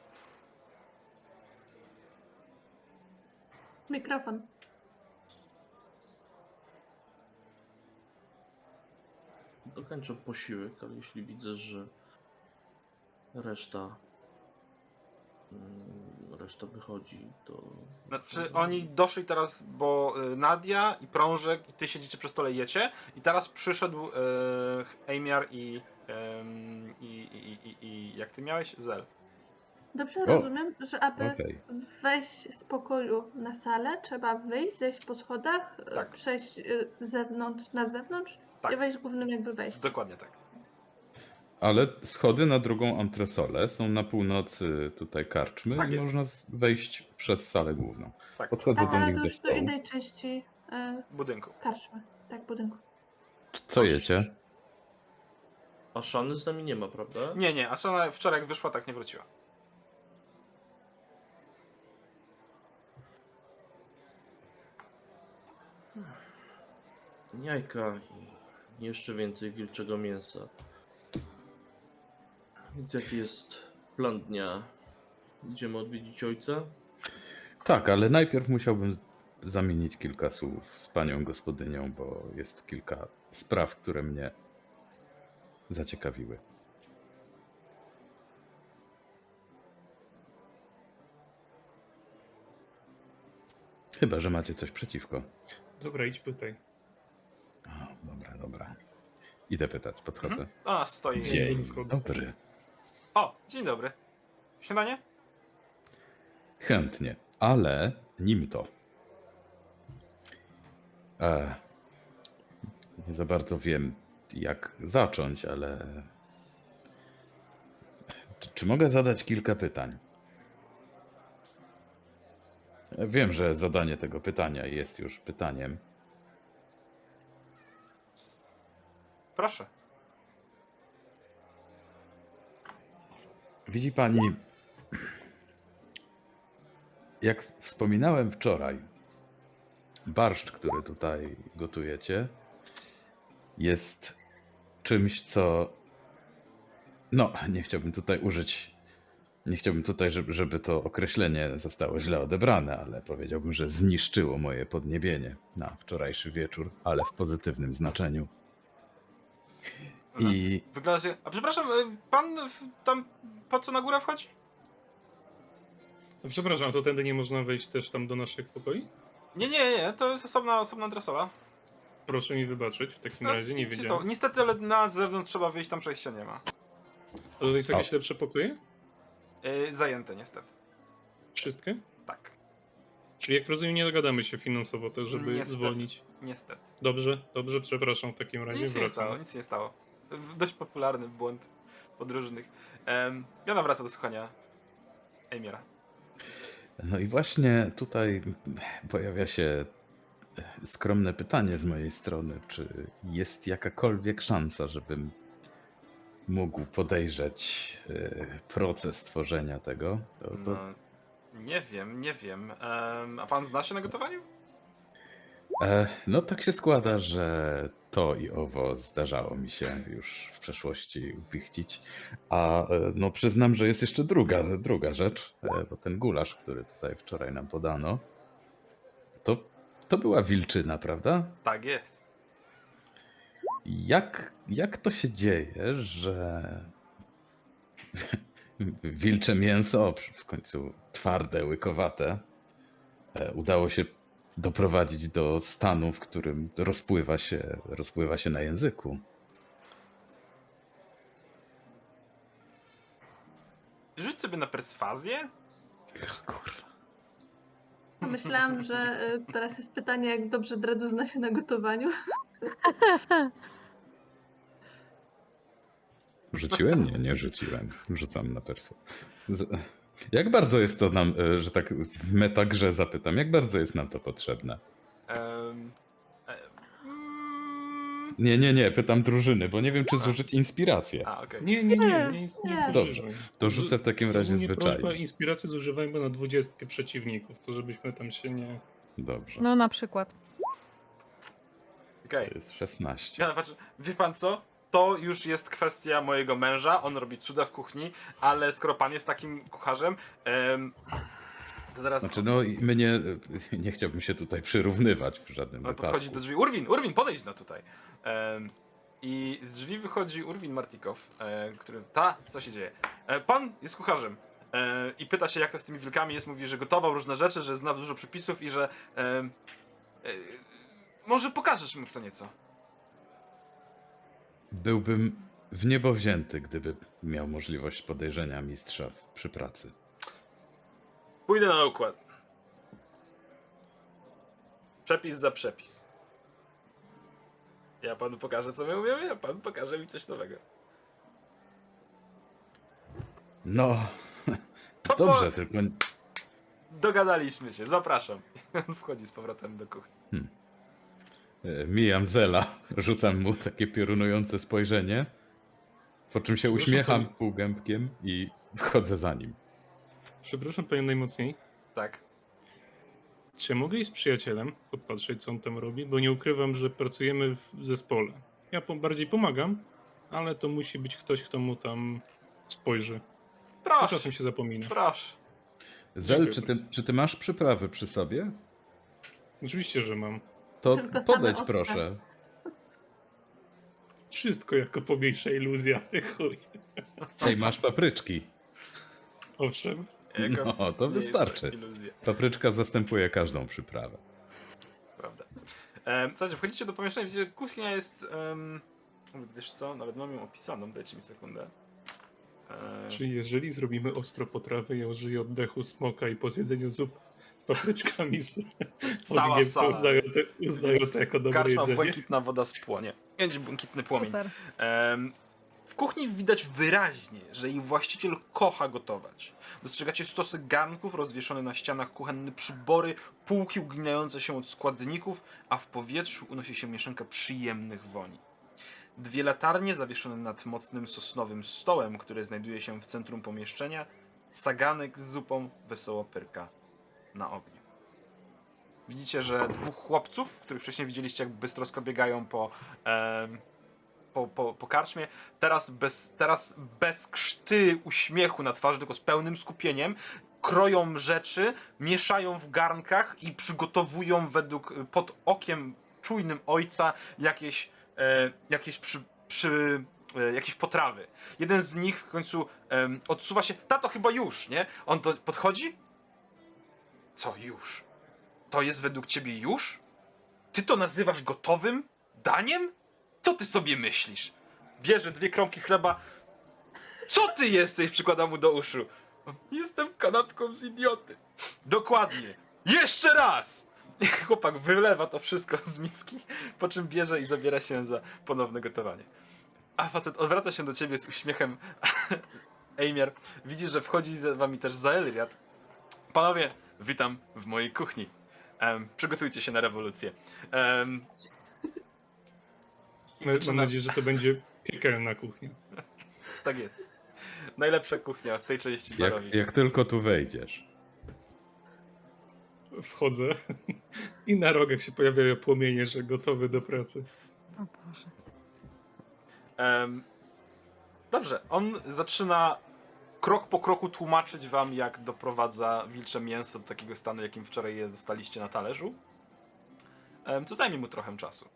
Mikrofon. Dokończę posiłek, ale jeśli widzę, że reszta mm, reszta wychodzi, to... Znaczy oni doszli teraz, bo y, Nadia i Prążek i ty siedzicie przy stole i jecie i teraz przyszedł y, Ejmiar i, ym, i, i, i, i jak ty miałeś? Zel. Dobrze O. rozumiem, że aby Okej. wejść z pokoju na salę, trzeba wyjść, zejść po schodach, e, Tak. przejść e, z zewnątrz na zewnątrz Tak. i wejść głównym jakby wejściem. Dokładnie tak. Ale schody na drugą antresolę są na północy tutaj karczmy Tak i jest. można z- wejść przez salę główną. Tak. Podchodzę Tak, do ale nich to do już do stołu. innej części e, Budynku. karczmy. Tak, budynku. Co jecie? A Szany z nami nie ma, prawda? Nie, nie, Asana wczoraj jak wyszła, tak nie wróciła. Jajka i jeszcze więcej wilczego mięsa. Więc jaki jest plan dnia? Idziemy odwiedzić ojca? Tak, ale najpierw musiałbym zamienić kilka słów z panią gospodynią, bo jest kilka spraw, które mnie zaciekawiły. Chyba że macie coś przeciwko. Dobra, idź pytaj. O, dobra, dobra. Idę pytać, podchodzę. Mhm. Ona stoi. Gdzie? Dzień schodów. dobry. O, dzień dobry. Śniadanie? Chętnie, ale nim to. E, nie za bardzo wiem, jak zacząć, ale. Czy, czy mogę zadać kilka pytań? Wiem, że zadanie tego pytania jest już pytaniem. Proszę. Widzi pani, jak wspominałem wczoraj, barszcz, który tutaj gotujecie, jest czymś, co. No, nie chciałbym tutaj użyć. Nie chciałbym tutaj, żeby, żeby to określenie zostało źle odebrane, ale powiedziałbym, że zniszczyło moje podniebienie na wczorajszy wieczór, ale w pozytywnym znaczeniu. I Wygląda się... A przepraszam, y, pan w- tam po co na górę wchodzi? No, przepraszam, to tędy nie można wejść też tam do naszych pokoi? Nie, nie, nie, to jest osobna, osobna adresowa. Proszę mi wybaczyć, w takim No, razie nie nic się wiedziałem. stało. Niestety, ale na zewnątrz trzeba wyjść, tam przejścia nie ma. A tutaj są jakieś O. lepsze pokoje? Y, zajęte niestety. Wszystkie? Tak, Czyli jak rozumiem, nie dogadamy się finansowo też, żeby Niestety. zwolnić. niestety. Dobrze, dobrze, przepraszam w takim razie. Nic się nie wracam. stało, nic się nie stało. W- Dość popularny błąd podróżnych. Um, ja nawracam do słuchania Emiera. no i właśnie tutaj pojawia się skromne pytanie z mojej strony, czy jest jakakolwiek szansa, żebym mógł podejrzeć e, proces tworzenia tego? To, to No, nie wiem, nie wiem. Em, a pan zna się na gotowaniu? E, no tak się składa, że to i owo zdarzało mi się już w przeszłości upichcić. A e, no przyznam, że jest jeszcze druga, druga rzecz, e, bo ten gulasz, który tutaj wczoraj nam podano, to, to była wilczyna, prawda? Tak jest. Jak, jak to się dzieje, że wilcze mięso, w końcu twarde, łykowate, e, udało się doprowadzić do stanu, w którym rozpływa się, rozpływa się na języku? Rzuć sobie na perswazję. Kurwa. A myślałam, że y, teraz jest pytanie, jak dobrze Dredu zna się na gotowaniu. Rzuciłem? Nie, nie rzuciłem. Rzucam na persu. Z- Jak bardzo jest to nam, e, że tak w metagrze zapytam, jak bardzo jest nam to potrzebne? Em, e, mm, Nie, nie, nie, pytam drużyny, bo nie wiem, czy zużyć inspirację. a, okej. Nie, nie, nie, Nie, nie, nie, nie. nie Dobrze, zużywaj. to rzucę w takim razie Ogólnie zwyczajnie. prośba inspiracji zużywajmy na dwudziestkę przeciwników, to żebyśmy tam się nie... Dobrze. No na przykład. Okej. To jest szesnaście. Ja patrzę, wie pan co? To już jest kwestia mojego męża, on robi cuda w kuchni, ale skoro pan jest takim kucharzem, em, to teraz Znaczy, no i my nie, nie chciałbym się tutaj przyrównywać w żadnym on wypadku. podchodzi do drzwi. Urwin, Urwin, podejdź no tutaj. Em, I z drzwi wychodzi Urwin Martikow, e, który, ta, co się dzieje? E, pan jest kucharzem e, i pyta się, jak to z tymi wilkami jest, mówi, że gotował różne rzeczy, że zna dużo przepisów i że em, e, może pokażesz mu co nieco. Byłbym w niebo wzięty, gdyby miał możliwość podejrzenia mistrza w- przy pracy. Pójdę na układ. Przepis za przepis. Ja panu pokażę, co my umiemy, a pan pokaże mi coś nowego. No, To dobrze, po... tylko Dogadaliśmy się, zapraszam. On wchodzi z powrotem do kuchni. e, mijam Zela, rzucam mu takie piorunujące spojrzenie, po czym się Proszę uśmiecham pani- półgębkiem i wchodzę za nim. Przepraszam panią najmocniej. Tak. Czy ja mogę iść z przyjacielem, popatrzeć co on tam robi, bo nie ukrywam, że pracujemy w zespole. Ja po, bardziej pomagam, ale to musi być ktoś, kto mu tam spojrzy. To Proszę, czasem się zapomina. proszę. Zel, Dziękuję czy ty, czy ty masz przyprawy przy sobie? Oczywiście, że mam. To Tylko same podejdź ostre. proszę. Wszystko jako pomniejsza iluzja. Chuj. Ej, masz papryczki. Owszem. Jako No, to mniejsza wystarczy. Iluzja, Papryczka zastępuje każdą przyprawę. prawda. Um, słuchajcie, wchodzicie do pomieszczenia, widzicie, kuchnia jest... Um, wiesz co, nawet mam ją opisaną, dajcie mi sekundę. E, Czyli jeżeli zrobimy ostro potrawę, ja użyję oddechu smoka i po zjedzeniu zup z papryczkami z Cała ogniem, sala. to uznają, te, uznają to jako dobre Karczma, jedzenie. błękitna woda spłonie. Będzie błękitny płomień. Super. Em, w kuchni widać wyraźnie, że jej właściciel kocha gotować. Dostrzegacie stosy garnków, rozwieszone na ścianach kuchenne przybory, półki uginające się od składników, a w powietrzu unosi się mieszanka przyjemnych woni. Dwie latarnie zawieszone nad mocnym sosnowym stołem, który znajduje się w centrum pomieszczenia, saganek z zupą wesoło pyrka na ogniu. Widzicie, że dwóch chłopców, których wcześniej widzieliście, jak bystrosko biegają po, em, po, po, po karczmie, teraz bez, teraz bez krzty uśmiechu na twarzy, tylko z pełnym skupieniem, kroją rzeczy, mieszają w garnkach i przygotowują według, pod okiem czujnym ojca jakieś, e, jakieś przy, przy e, jakieś potrawy. Jeden z nich w końcu em, odsuwa się, tato chyba już, nie? On to podchodzi? Co już? To jest według ciebie już? Ty to nazywasz gotowym daniem? Co ty sobie myślisz? Bierze dwie kromki chleba. Co ty jesteś? Przykłada mu do uszu. Jestem kanapką z idioty. Dokładnie. Jeszcze raz! I chłopak wylewa to wszystko z miski, po czym bierze i zabiera się za ponowne gotowanie. A facet odwraca się do ciebie z uśmiechem. Ejmiar, widzi, że wchodzi za wami też Zaelriad. Panowie, witam w mojej kuchni. Um, przygotujcie się na rewolucję. Um, i Mam zaczyna- nadzieję, że to będzie piekielna kuchnia. Tak jest. Najlepsza kuchnia w tej części Barowi. Jak, jak tylko tu wejdziesz. Wchodzę i na rogach się pojawiają płomienie, że gotowy do pracy. O Boże. Em, dobrze, on zaczyna krok po kroku tłumaczyć wam, jak doprowadza wilcze mięso do takiego stanu, jakim wczoraj je dostaliście na talerzu. Em, co zajmie mu trochę czasu.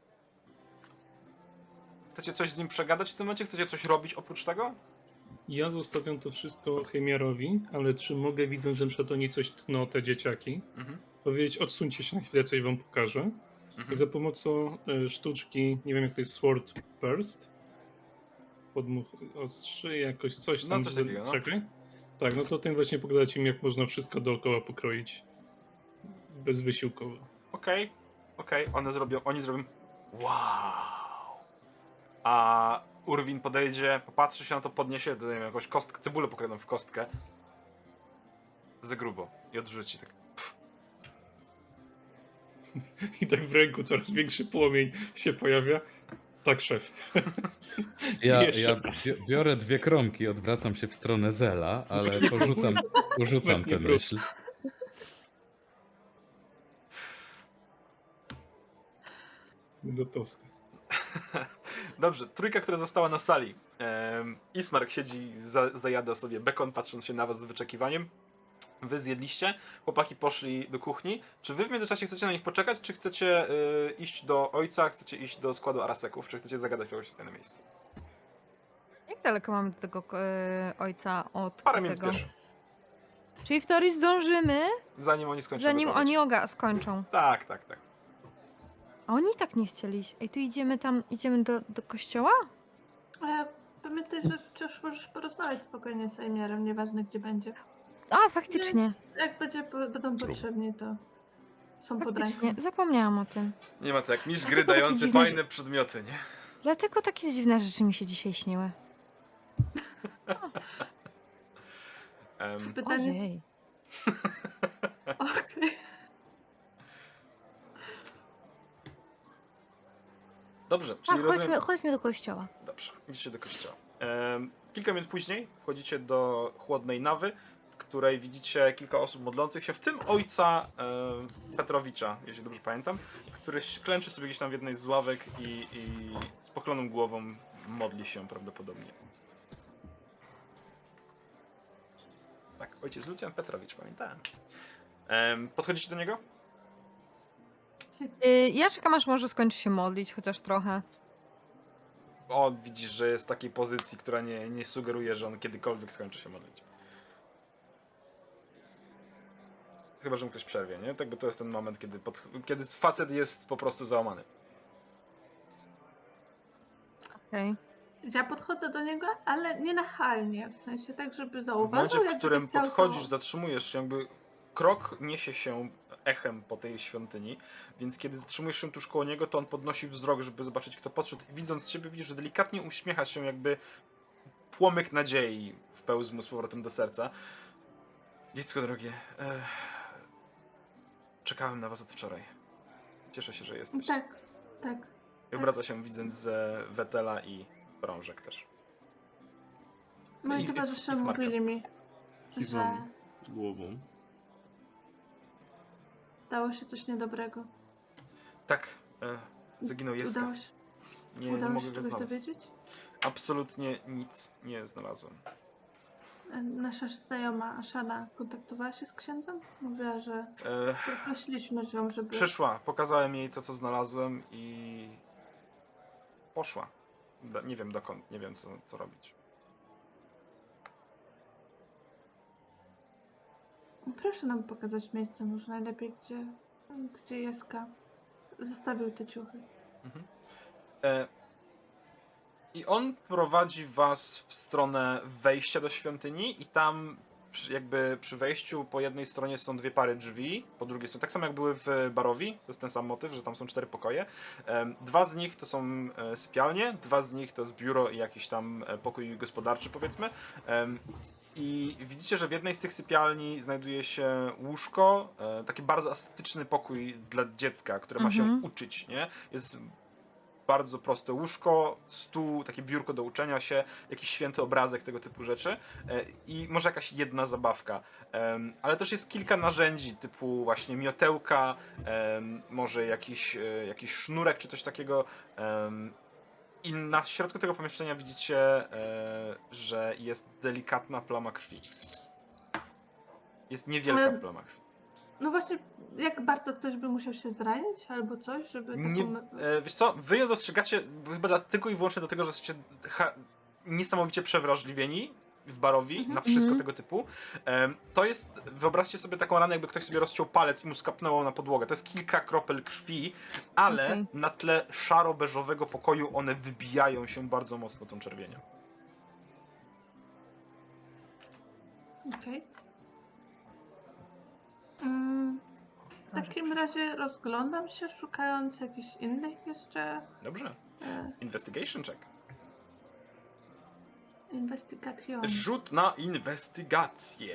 Chcecie coś z nim przegadać w tym momencie? Chcecie coś robić oprócz tego? Ja zostawiam to wszystko Chemiarowi, ale czy mogę, widząc, że na przykład oni coś tną, te dzieciaki, Mhm. powiedzieć, odsuńcie się na chwilę, coś wam pokażę. I Mhm. za pomocą e, sztuczki, nie wiem jak to jest, Sword Burst, podmuch ostrzy, jakoś coś No, tam. coś takiego, no. Czekaj. Tak, no to tym właśnie pokazać im, jak można wszystko dookoła pokroić. Bezwysiłkowo. Okej, okej, one zrobią, oni zrobią wow. A Urwin podejdzie, popatrzy się na to, podniesie, to nie wiem, jakąś kostkę, cebulę pokrojoną w kostkę. Za grubo. I odrzuci tak. I tak w ręku coraz większy płomień się pojawia. Tak, szef. Ja, Jeszcze ja raz. bi- biorę dwie kromki, odwracam się w stronę Zela, ale porzucam, porzucam tę Nie myśl. Do tostu. Dobrze, trójka, która została na sali. Ehm, Ismark siedzi, za, zajada sobie bekon, patrząc się na was z wyczekiwaniem. Wy zjedliście, chłopaki poszli do kuchni. Czy wy w międzyczasie chcecie na nich poczekać, czy chcecie y, iść do ojca, chcecie iść do składu Araseków, czy chcecie zagadać kogoś tutaj na miejscu? Jak daleko mamy do tego e, ojca od Parę minut tego? pieszo. Czyli w teorii zdążymy, Zanim oni skończą zanim gotować. oni oga skończą. Tak, tak, tak. A oni tak nie chcieli iść. Ej, tu idziemy tam, idziemy do, do kościoła? Ale pamiętaj, że wciąż możesz porozmawiać spokojnie z Ejmiarem, nieważne gdzie będzie. A, faktycznie. Więc jak będzie, będą potrzebni, to są pod Faktycznie, ręką. zapomniałam o tym. Nie ma tak, mistrz A gry tylko takie dający dziwne, fajne przedmioty, nie? Dlatego takie dziwne rzeczy mi się dzisiaj śniły. Em, Pytanie... Ojej. Okej. dobrze, czyli Tak, rozumiem... chodźmy, chodźmy do kościoła. Dobrze, idziecie do kościoła. Em, kilka minut później wchodzicie do chłodnej nawy, w której widzicie kilka osób modlących się, w tym ojca em, Petrowicza, jeśli dobrze pamiętam, który klęczy sobie gdzieś tam w jednej z ławek i, i z pochyloną głową modli się prawdopodobnie. Tak, ojciec Lucjan Petrowicz, pamiętałem. Em, podchodzicie do niego? Y, ja czekam, aż może skończy się modlić, chociaż trochę. O, widzisz, że jest w takiej pozycji, która nie, nie sugeruje, że on kiedykolwiek skończy się modlić. Chyba, że mu ktoś przerwie, nie? Tak, bo to jest ten moment, kiedy, pod, kiedy facet jest po prostu załamany. Okej. Ja podchodzę do niego, ale nie nachalnie, w sensie tak, żeby W zauważył, momencie, w jakby którym chciał, to- podchodzisz, zatrzymujesz się, jakby krok niesie się echem po tej świątyni, więc kiedy zatrzymujesz się tuż koło niego, to on podnosi wzrok, żeby zobaczyć, kto podszedł. I widząc ciebie, widzisz, że delikatnie uśmiecha się, jakby płomyk nadziei wpełzł mu z powrotem do serca. Dziecko drogie, e... czekałem na was od wczoraj. Cieszę się, że jesteś. Tak, tak. I obraca się, widząc e, Wetela i Brążek też. Moi I- i- towarzysze i Smarka. mówili mi, że Kiwam głową. stało się coś niedobrego. Tak, e, zaginął jest. Udało się, Nie, nie udało mogę się go czegoś znaleźć. dowiedzieć? Absolutnie nic nie znalazłem. E, Nasza znajoma Ashana kontaktowała się z księdzem? Mówiła, że E, prosiliśmy ją, żeby... przyszła, pokazałem jej to, co znalazłem i poszła. do, nie wiem dokąd, nie wiem co, co robić. Proszę nam pokazać miejsce, może najlepiej, gdzie, gdzie Jeska zostawił te ciuchy. Mhm. E, I on prowadzi was w stronę wejścia do świątyni i tam przy- jakby przy wejściu po jednej stronie są dwie pary drzwi, po drugiej stronie, tak samo jak były w Barowi, to jest ten sam motyw, że tam są cztery pokoje. Em, Dwa z nich to są e, sypialnie, dwa z nich to jest biuro i jakiś tam e, pokój gospodarczy, powiedzmy. Em, I widzicie, że w jednej z tych sypialni znajduje się łóżko, e, taki bardzo estetyczny pokój dla dziecka, które ma się Mhm. uczyć, nie? Jest bardzo proste łóżko, stół, takie biurko do uczenia się, jakiś święty obrazek, tego typu rzeczy e, i może jakaś jedna zabawka. Em, Ale też jest kilka narzędzi typu właśnie miotełka, em, może jakiś, e, jakiś sznurek czy coś takiego. Em, I na środku tego pomieszczenia widzicie, e, że jest delikatna plama krwi. Jest niewielka Ale- plama krwi. No właśnie, jak bardzo ktoś by musiał się zranić albo coś, żeby taką... Nie, e, wiesz co, wy ją dostrzegacie chyba dla, tylko i wyłącznie dlatego, że jesteście ha, niesamowicie przewrażliwieni w Barowi Mhm. na wszystko Mhm. tego typu. Em, to jest, wyobraźcie sobie taką ranę, jakby ktoś sobie rozciął palec i mu skapnęło na podłogę. To jest kilka kropel krwi, ale Okej. na tle szaro-beżowego pokoju one wybijają się bardzo mocno tą czerwienią. Okej. Mm, w takim razie rozglądam się, szukając jakichś innych jeszcze Dobrze. e, Investigation check. investigation. Rzut na inwestygację.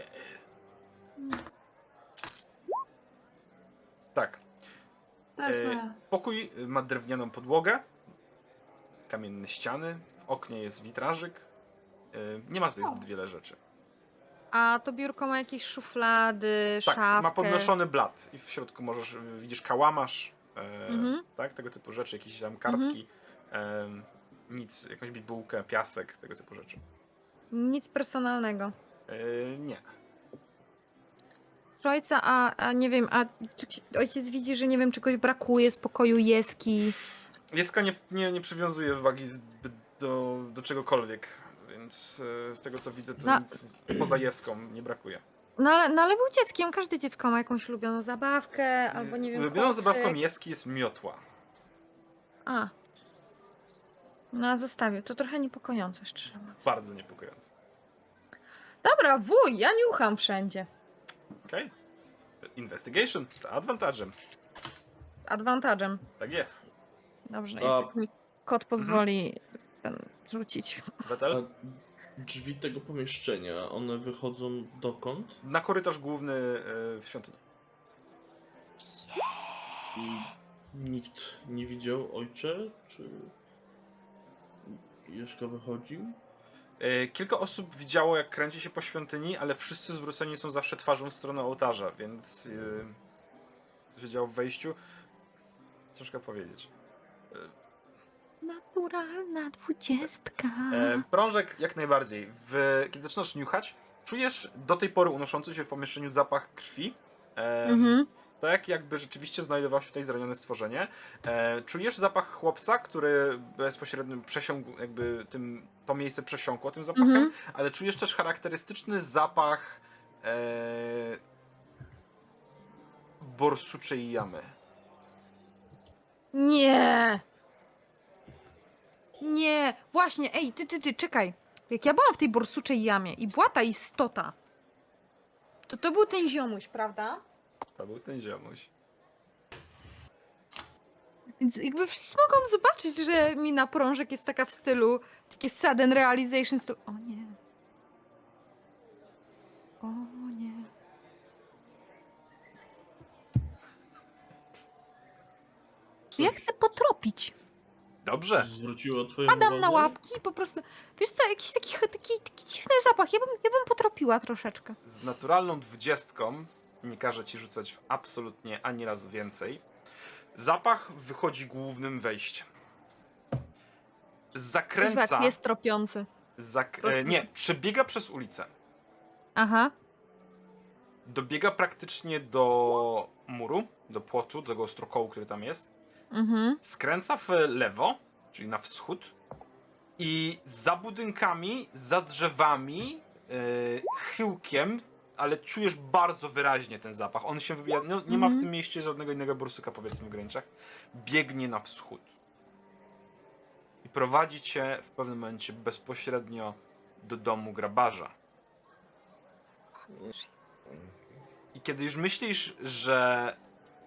Tak. To jest e, moja... Pokój ma drewnianą podłogę, kamienne ściany, w oknie jest witrażyk. E, Nie ma tutaj O. zbyt wiele rzeczy. A to biurko ma jakieś szuflady, Tak, szafkę. ma podnoszony blat i w środku możesz, y, widzisz kałamarz, e, Mhm. tak, tego typu rzeczy, jakieś tam kartki, e, nic, jakąś bibułkę, piasek, tego typu rzeczy. Nic personalnego. E, nie. Czy ojca, a, a nie wiem, a czy ojciec widzi, że nie wiem, czegoś brakuje z pokoju Jeski? Jeska nie, nie, nie przywiązuje wagi zbyt do, do czegokolwiek, więc e, z tego co widzę, to No. nic poza Jeską nie brakuje. No ale, no ale był dzieckiem, każde dziecko ma jakąś ulubioną zabawkę, albo nie wiem, Ulubioną kocyk. zabawką Jeski jest miotła. A. No a zostawił. To trochę niepokojące, szczerze mówiąc. Bardzo niepokojące. Dobra, wuj, ja niucham wszędzie. Okej. Investigation, to advantage'em. Z advantage'em. Tak jest. Dobrze, A- jak tylko mi kot pozwoli ten, rzucić. A Betel? drzwi tego pomieszczenia, one wychodzą dokąd? Na korytarz główny e, w świątyni. I nikt nie widział ojcze? Czy Jeżka wychodził? E, Kilka osób widziało, jak kręci się po świątyni, ale wszyscy zwróceni są zawsze twarzą w stronę ołtarza, więc e, co się działo w wejściu? Ciężko powiedzieć. Naturalna dwudziestka. E, Prążek jak najbardziej. W, kiedy zaczynasz niuchać, czujesz do tej pory unoszący się w pomieszczeniu zapach krwi. E, Mhm. Tak, jakby rzeczywiście znajdowało się tutaj zranione stworzenie. E, czujesz zapach chłopca, który bezpośrednio przesiąkł, jakby tym, to miejsce przesiąkło tym zapachem, Mhm. ale czujesz też charakterystyczny zapach e, borsuczej jamy. Nie. Nie. Właśnie, ej, ty, ty, ty, czekaj. Jak ja byłam w tej borsuczej jamie i była ta istota, to to był ten ziomuś, prawda? To był ten ziomuś. Więc jakby wszyscy mogą zobaczyć, że mina prążek jest taka w stylu, takie sudden realization stylu. O nie. O nie. Ja chcę potropić. Dobrze. Zwróciło twoją Padam uwagę? na łapki i po prostu, wiesz co, jakiś taki, taki, taki dziwny zapach. Ja bym, ja bym potropiła troszeczkę. Z naturalną dwudziestką, nie każę ci rzucać w absolutnie ani razu więcej, zapach wychodzi głównym wejściem. Zakręca... Kuźwa, jest tropiący. Zak- Po prostu- e, nie, przebiega przez ulicę. Aha. Dobiega praktycznie do muru, do płotu, do tego ostrokołu, który tam jest. Mhm. Skręca w lewo, czyli na wschód. I za budynkami, za drzewami, yy, chyłkiem, ale czujesz bardzo wyraźnie ten zapach. On się wybija, no, nie ma w Mhm. tym mieście żadnego innego borsuka, powiedzmy, w Grange'ach. Biegnie na wschód. I prowadzi cię w pewnym momencie bezpośrednio do domu grabarza. I kiedy już myślisz, że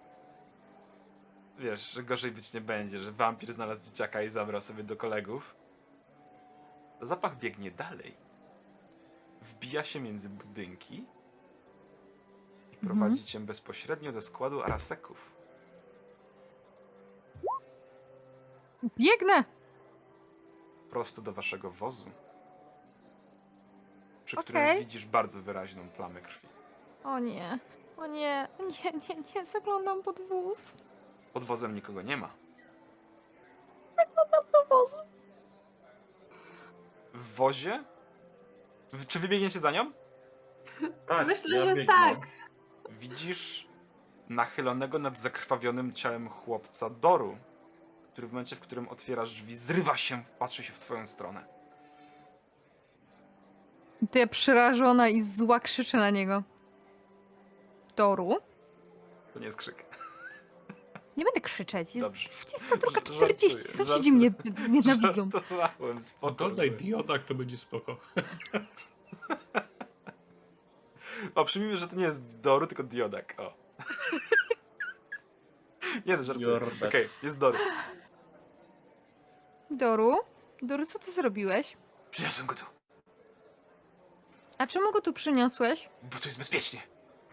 wiesz, że gorzej być nie będzie, że wampir znalazł dzieciaka i zabrał sobie do kolegów, to zapach biegnie dalej. Wbija się między budynki i prowadzi cię bezpośrednio do składu Araseków. Biegnę! Prosto do waszego wozu, przy którym Okej. widzisz bardzo wyraźną plamę krwi. O nie, o nie, nie, nie, nie, zaglądam pod wóz. Pod wozem nikogo nie ma. Do wozu. W wozie? W- Czy wybiegniecie za nią? Tak, Myślę, ja że biegnę. tak. Widzisz nachylonego nad zakrwawionym ciałem chłopca Doru, który w momencie, w którym otwierasz drzwi, zrywa się, patrzy się w twoją stronę. To ja przerażona i zła krzyczę na niego. Doru? To nie jest krzyk. Nie będę krzyczeć, jest Dobrze. dwudziesta druga Żartuję, czterdzieści. żartuję. Sąsiedzi mnie znienawidzą. Żartowałem, spoko. Dodaj sobie. diodak, to będzie spoko. O, przyjmijmy, że to nie jest Doru, tylko Diodak. O. Nie, to żartuję. Jordak. Okej, jest Doru. Doru? Doru, co ty zrobiłeś? Przyniosłem go tu, A czemu go tu przyniosłeś? bo tu jest bezpiecznie.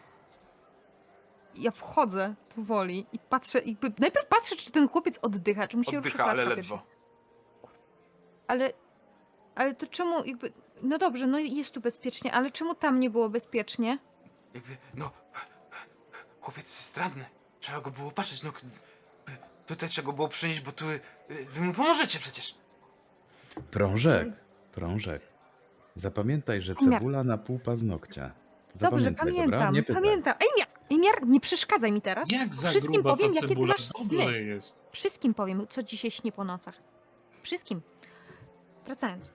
Ja wchodzę powoli i patrzę, jakby najpierw patrzę, czy ten chłopiec oddycha, czy mu się ruszy Oddycha, ale klatka ledwo. piersiowa. Ale, ale to czemu jakby, no dobrze, no jest tu bezpiecznie, ale czemu tam nie było bezpiecznie? Jakby, no... Chłopiec jest ranny. Trzeba go było patrzeć, no... Tutaj trzeba go było przynieść, bo tu... y, Wy mu pomożecie przecież. Prążek, prążek. Zapamiętaj, że Emiar. cebula na pół paznokcia. Dobrze, Zapamiętaj, pamiętam, dobra? Nie pytaj. pamiętam. Emiar, Emiar, nie przeszkadzaj mi teraz. Jak za Wszystkim gruba powiem, ta jakie ty cebula? masz sny. Dobrze jest. Wszystkim powiem, co dzisiaj śni po nocach. Wszystkim. Wracając.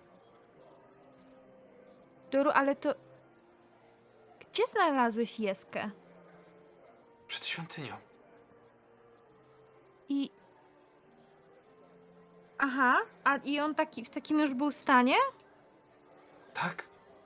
Doru, ale to... Gdzie znalazłeś Jeskę? Przed świątynią. I... Aha, a i on taki, w takim już był stanie? Tak?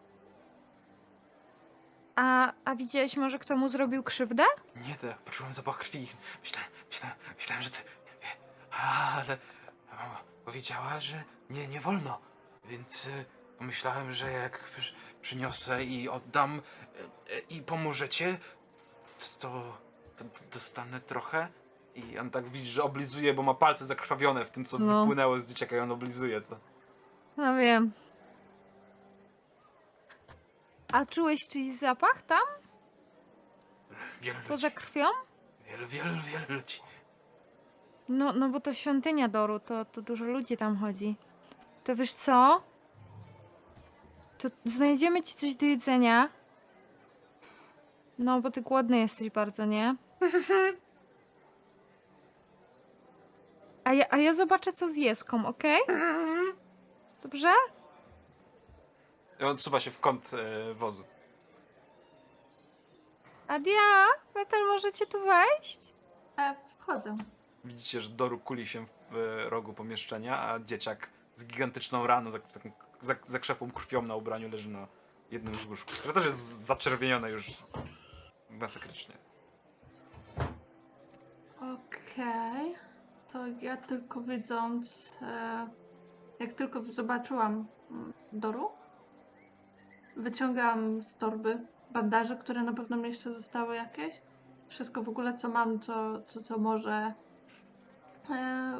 A, a widziałeś może, kto mu zrobił krzywdę? Nie, to ja poczułem zapach krwi. Myślałem, myślałem, myślałem, że ty... Ale... Mama powiedziała, że nie, nie wolno. Więc y, pomyślałem, że jak przy- przyniosę i oddam y, y, i pomożecie, to, to, to dostanę trochę. I on tak widzi, że oblizuje, bo ma palce zakrwawione w tym, co No. wypłynęło z dzieciaka i on oblizuje to. No wiem. A czułeś czyjś zapach tam? Wielu ludzi. Poza krwią? Wielu, wielu, wielu ludzi. No, no bo to świątynia Doru, to, to dużo ludzi tam chodzi. To wiesz co? To znajdziemy ci coś do jedzenia. No, bo ty głodny jesteś bardzo, nie? A ja, a ja zobaczę, co z Jeską, okej? Dobrze? I on trzyma się w kąt e, wozu. Adia, Metal, możecie tu wejść? E, wchodzę. Widzicie, że Doru kuli się w e, rogu pomieszczenia, a dzieciak z gigantyczną raną, za, taką, za, zakrzepłą krwią na ubraniu leży na jednym z łóżku, które też jest zaczerwienione już masakrycznie. Okej. To ja tylko widząc, e, jak tylko zobaczyłam mm, Doru, wyciągam z torby bandaże, które na pewno mi jeszcze zostały jakieś. Wszystko w ogóle, co mam, co, co, co może. E,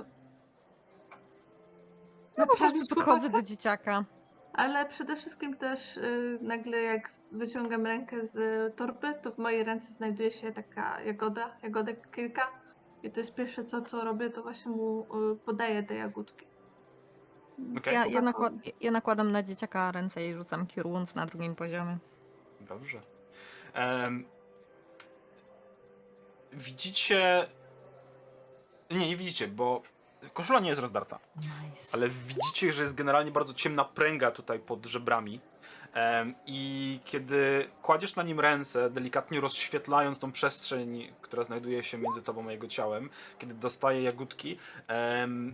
No po prostu naprawić podchodzę chłopaka. do dzieciaka. Ale przede wszystkim też y, nagle jak wyciągam rękę z torby, to w mojej ręce znajduje się taka jagoda, jagodek kilka. I to jest pierwsze co, co robię, to właśnie mu y, podaję te jagódki. Okej, Ja, ja, chłopakom. nakład, ja nakładam na dzieciaka ręce i rzucam Cure Wounds na drugim poziomie. Dobrze. Em, widzicie... Nie, nie widzicie, bo koszula nie jest rozdarta, Nice. ale widzicie, że jest generalnie bardzo ciemna pręga tutaj pod żebrami. Em, I kiedy kładziesz na nim ręce, delikatnie rozświetlając tą przestrzeń, która znajduje się między tobą a jego ciałem, kiedy dostaje jagódki, em,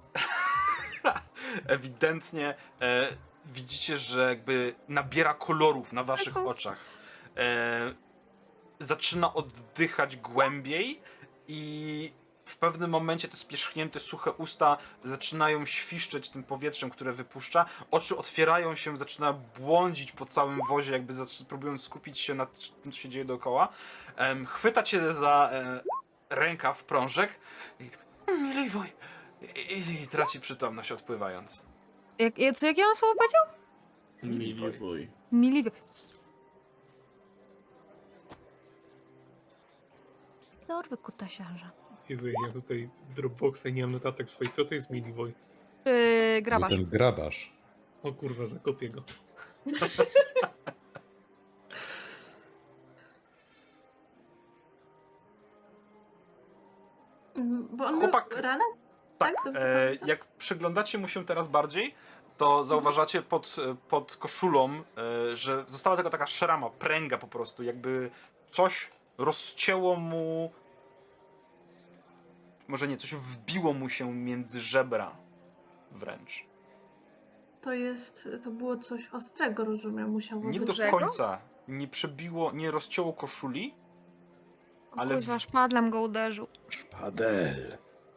ewidentnie e, widzicie, że jakby nabiera kolorów na waszych są- oczach. E, zaczyna oddychać głębiej i w pewnym momencie te spierzchnięte, suche usta zaczynają świszczeć tym powietrzem, które wypuszcza. Oczy otwierają się, zaczyna błądzić po całym wozie, jakby zac- próbując skupić się nad tym, co się dzieje dookoła. Em, chwyta cię za e, rękaw, prążek i tak, Miliwoj! I, i, I traci przytomność, odpływając. Jak, jak, co, jakie on słowo powiedział? Miliwoj. Miliwy. Dorwy kutasiarza. Jezu, ja tutaj Dropboxa i nie mam notatek swoich. Kto to jest Miliwoj? Yy, grabarz. Ten grabarz. O kurwa, zakopię go. Mm, Bo on Chłopak- miał ranę? Tak, Tak, dobrze e, pamiętam? jak przyglądacie mu się teraz bardziej, to zauważacie pod, pod koszulą, e, że została tylko taka szrama, pręga po prostu, jakby coś rozcięło mu, może nie, coś wbiło mu się między żebra wręcz. To jest, to było coś ostrego, rozumiem, musiało Nie być. do Czego? końca, nie przebiło, nie rozcięło koszuli, ale Ale... Kuźwa, szpadlem go uderzył. Szpadel.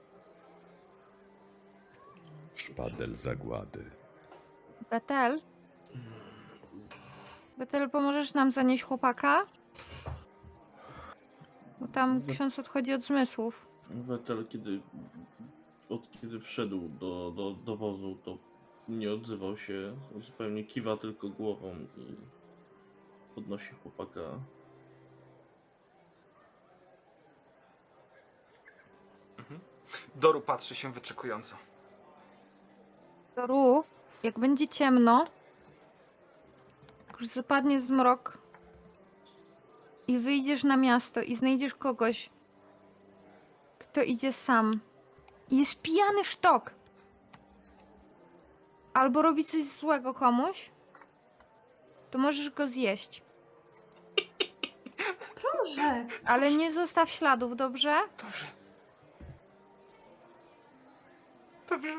Szpadel zagłady. Betel? Betel, pomożesz nam zanieść chłopaka? Bo tam ksiądz odchodzi od zmysłów. Wetel, kiedy od kiedy wszedł do, do, do wozu, to nie odzywał się, zupełnie kiwa tylko głową i podnosi chłopaka. Doru patrzy się wyczekująco. Doru, jak będzie ciemno, jak już zapadnie zmrok i wyjdziesz na miasto i znajdziesz kogoś, kto idzie sam i jest pijany w sztok, albo robi coś złego komuś, to możesz go zjeść. Proszę! Ale nie zostaw śladów, dobrze? Dobrze. Dobrze.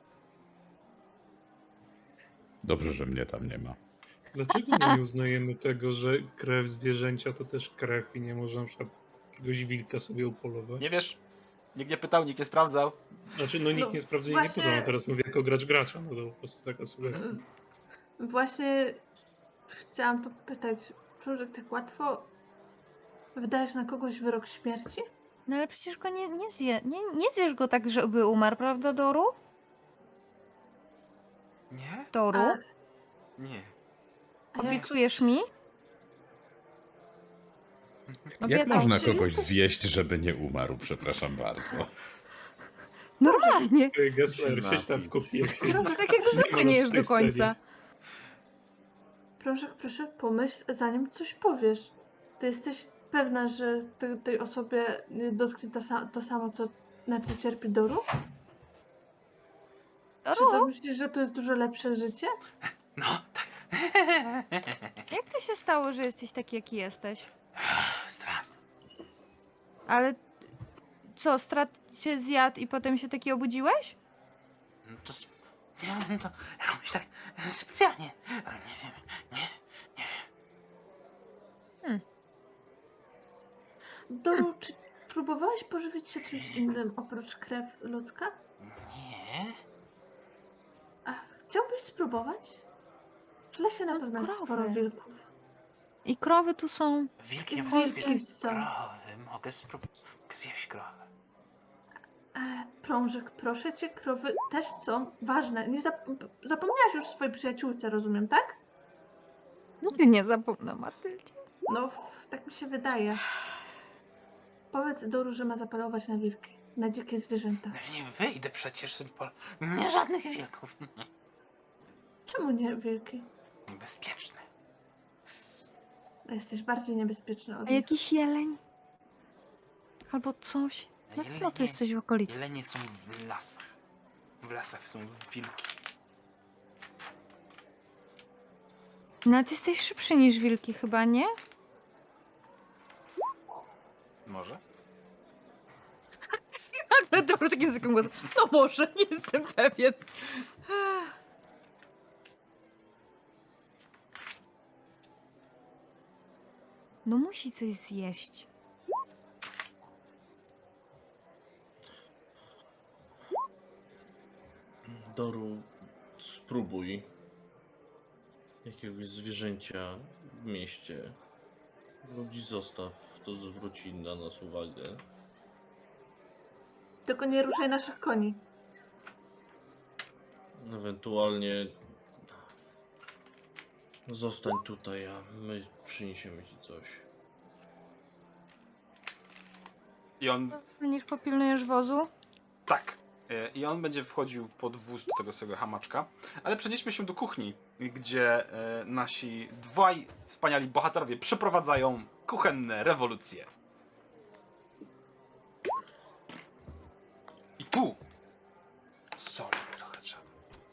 Dobrze, że mnie tam nie ma. Dlaczego my nie uznajemy tego, że krew zwierzęcia to też krew i nie można na przykład jakiegoś wilka sobie upolować? Nie wiesz? Nikt nie pytał, nikt nie sprawdzał. Znaczy, no nikt No, nie sprawdza i właśnie- nie pyta, a teraz mówię jako gracz gracza, no to po prostu taka sugestia. Właśnie chciałam to pytać. Prążek, tak łatwo wydajesz na kogoś wyrok śmierci? No ale przecież go nie, nie zje, nie, nie zjesz go tak, żeby umarł, prawda, Doru? Nie? Doru? A, Nie. a jak, Obiecujesz mi? Jak Obiecał. można Czy kogoś jesteś- zjeść, żeby nie umarł? Przepraszam bardzo. Normalnie. Ej, Gessler, siedź tam w kuchni. jak się- No, tak jak zwykle ma nie w jesz tej do końca. scenie. Prążek, proszę pomyśl, zanim coś powiesz. Ty jesteś pewna, że te, tej osobie nie dotknie to, sa- to samo, co, na co cierpi Doru? Czy to Doru, myślisz, że to jest dużo lepsze życie? No, tak. jak to się stało, że jesteś taki, jaki jesteś? Strat. Ale co, strat cię zjadł i potem się taki obudziłeś? No to... s- Nie wiem, to jakoś tak e, specjalnie, ale nie wiem, nie, nie wiem. Doru, czy próbowałeś pożywić się czymś innym oprócz krew ludzka? Nie? A chciałbyś spróbować? W lesie na No, pewno jest krowy. sporo wilków. I krowy tu są. Wilki nie I mogą wilki zjeść są. krowy. Mogę spróbować. Mogę zjeść krowę. E, prążek, proszę cię, krowy też są ważne. Nie zap- zapomniałaś już o swojej przyjaciółce, rozumiem, tak? Nigdy nie zapomnę, Matyldzie. No, f- tak mi się wydaje. Powiedz Doru, że ma zapalować na wilki, na dzikie zwierzęta. Nie wyjdę przecież. Po... Nie żadnych wilków. Czemu nie wilki? Niebezpieczne. Jesteś bardziej niebezpieczny od A nich. jakiś jeleń? Albo coś? Na pewno tu jest coś w okolicy. Jelenie są w lasach. W lasach są wilki. No a ty jesteś szybszy niż wilki chyba, nie? Może? Ale dobra, takim zwykłym głosem. No może, nie jestem pewien. No musi coś zjeść. Doru, spróbuj jakiegoś zwierzęcia w mieście. Ludzi zostaw, to zwróci na nas uwagę. Tylko nie ruszaj naszych koni. Ewentualnie zostań tutaj, a my przyniesiemy ci coś. I on, Zostaniesz, popilnujesz wozu? tak. E, I on będzie wchodził pod wóz do tego swojego hamaczka. Ale przenieśmy się do kuchni, gdzie e, nasi dwaj wspaniali bohaterowie przeprowadzają kuchenne rewolucje. I tu soli trochę trzeba.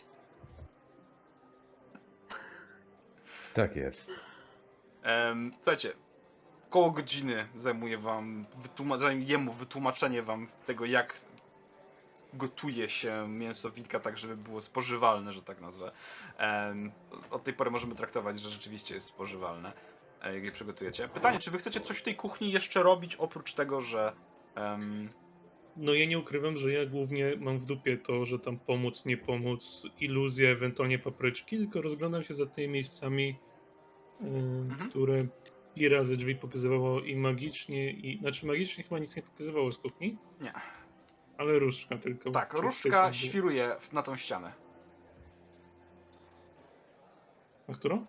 Tak jest. Em, słuchajcie, koło godziny zajmuje wam, wytłuma- zajmuje mu wytłumaczenie wam tego, jak gotuje się mięso wilka tak, żeby było spożywalne, że tak nazwę. Em, od tej pory możemy traktować, że rzeczywiście jest spożywalne, e, jak je przygotujecie. Pytanie, czy wy chcecie coś w tej kuchni jeszcze robić, oprócz tego, że... em, No ja nie ukrywam, że ja głównie mam w dupie to, że tam pomóc, nie pomóc, iluzje, ewentualnie papryczki, tylko rozglądam się za tymi miejscami, yy, które Pira ze drzwi pokazywało i magicznie, i znaczy magicznie chyba nic nie pokazywało z kuchni. Nie. Ale różdżka tylko. tak, Czy różdżka ktoś- świruje w- na tą ścianę. Na którą?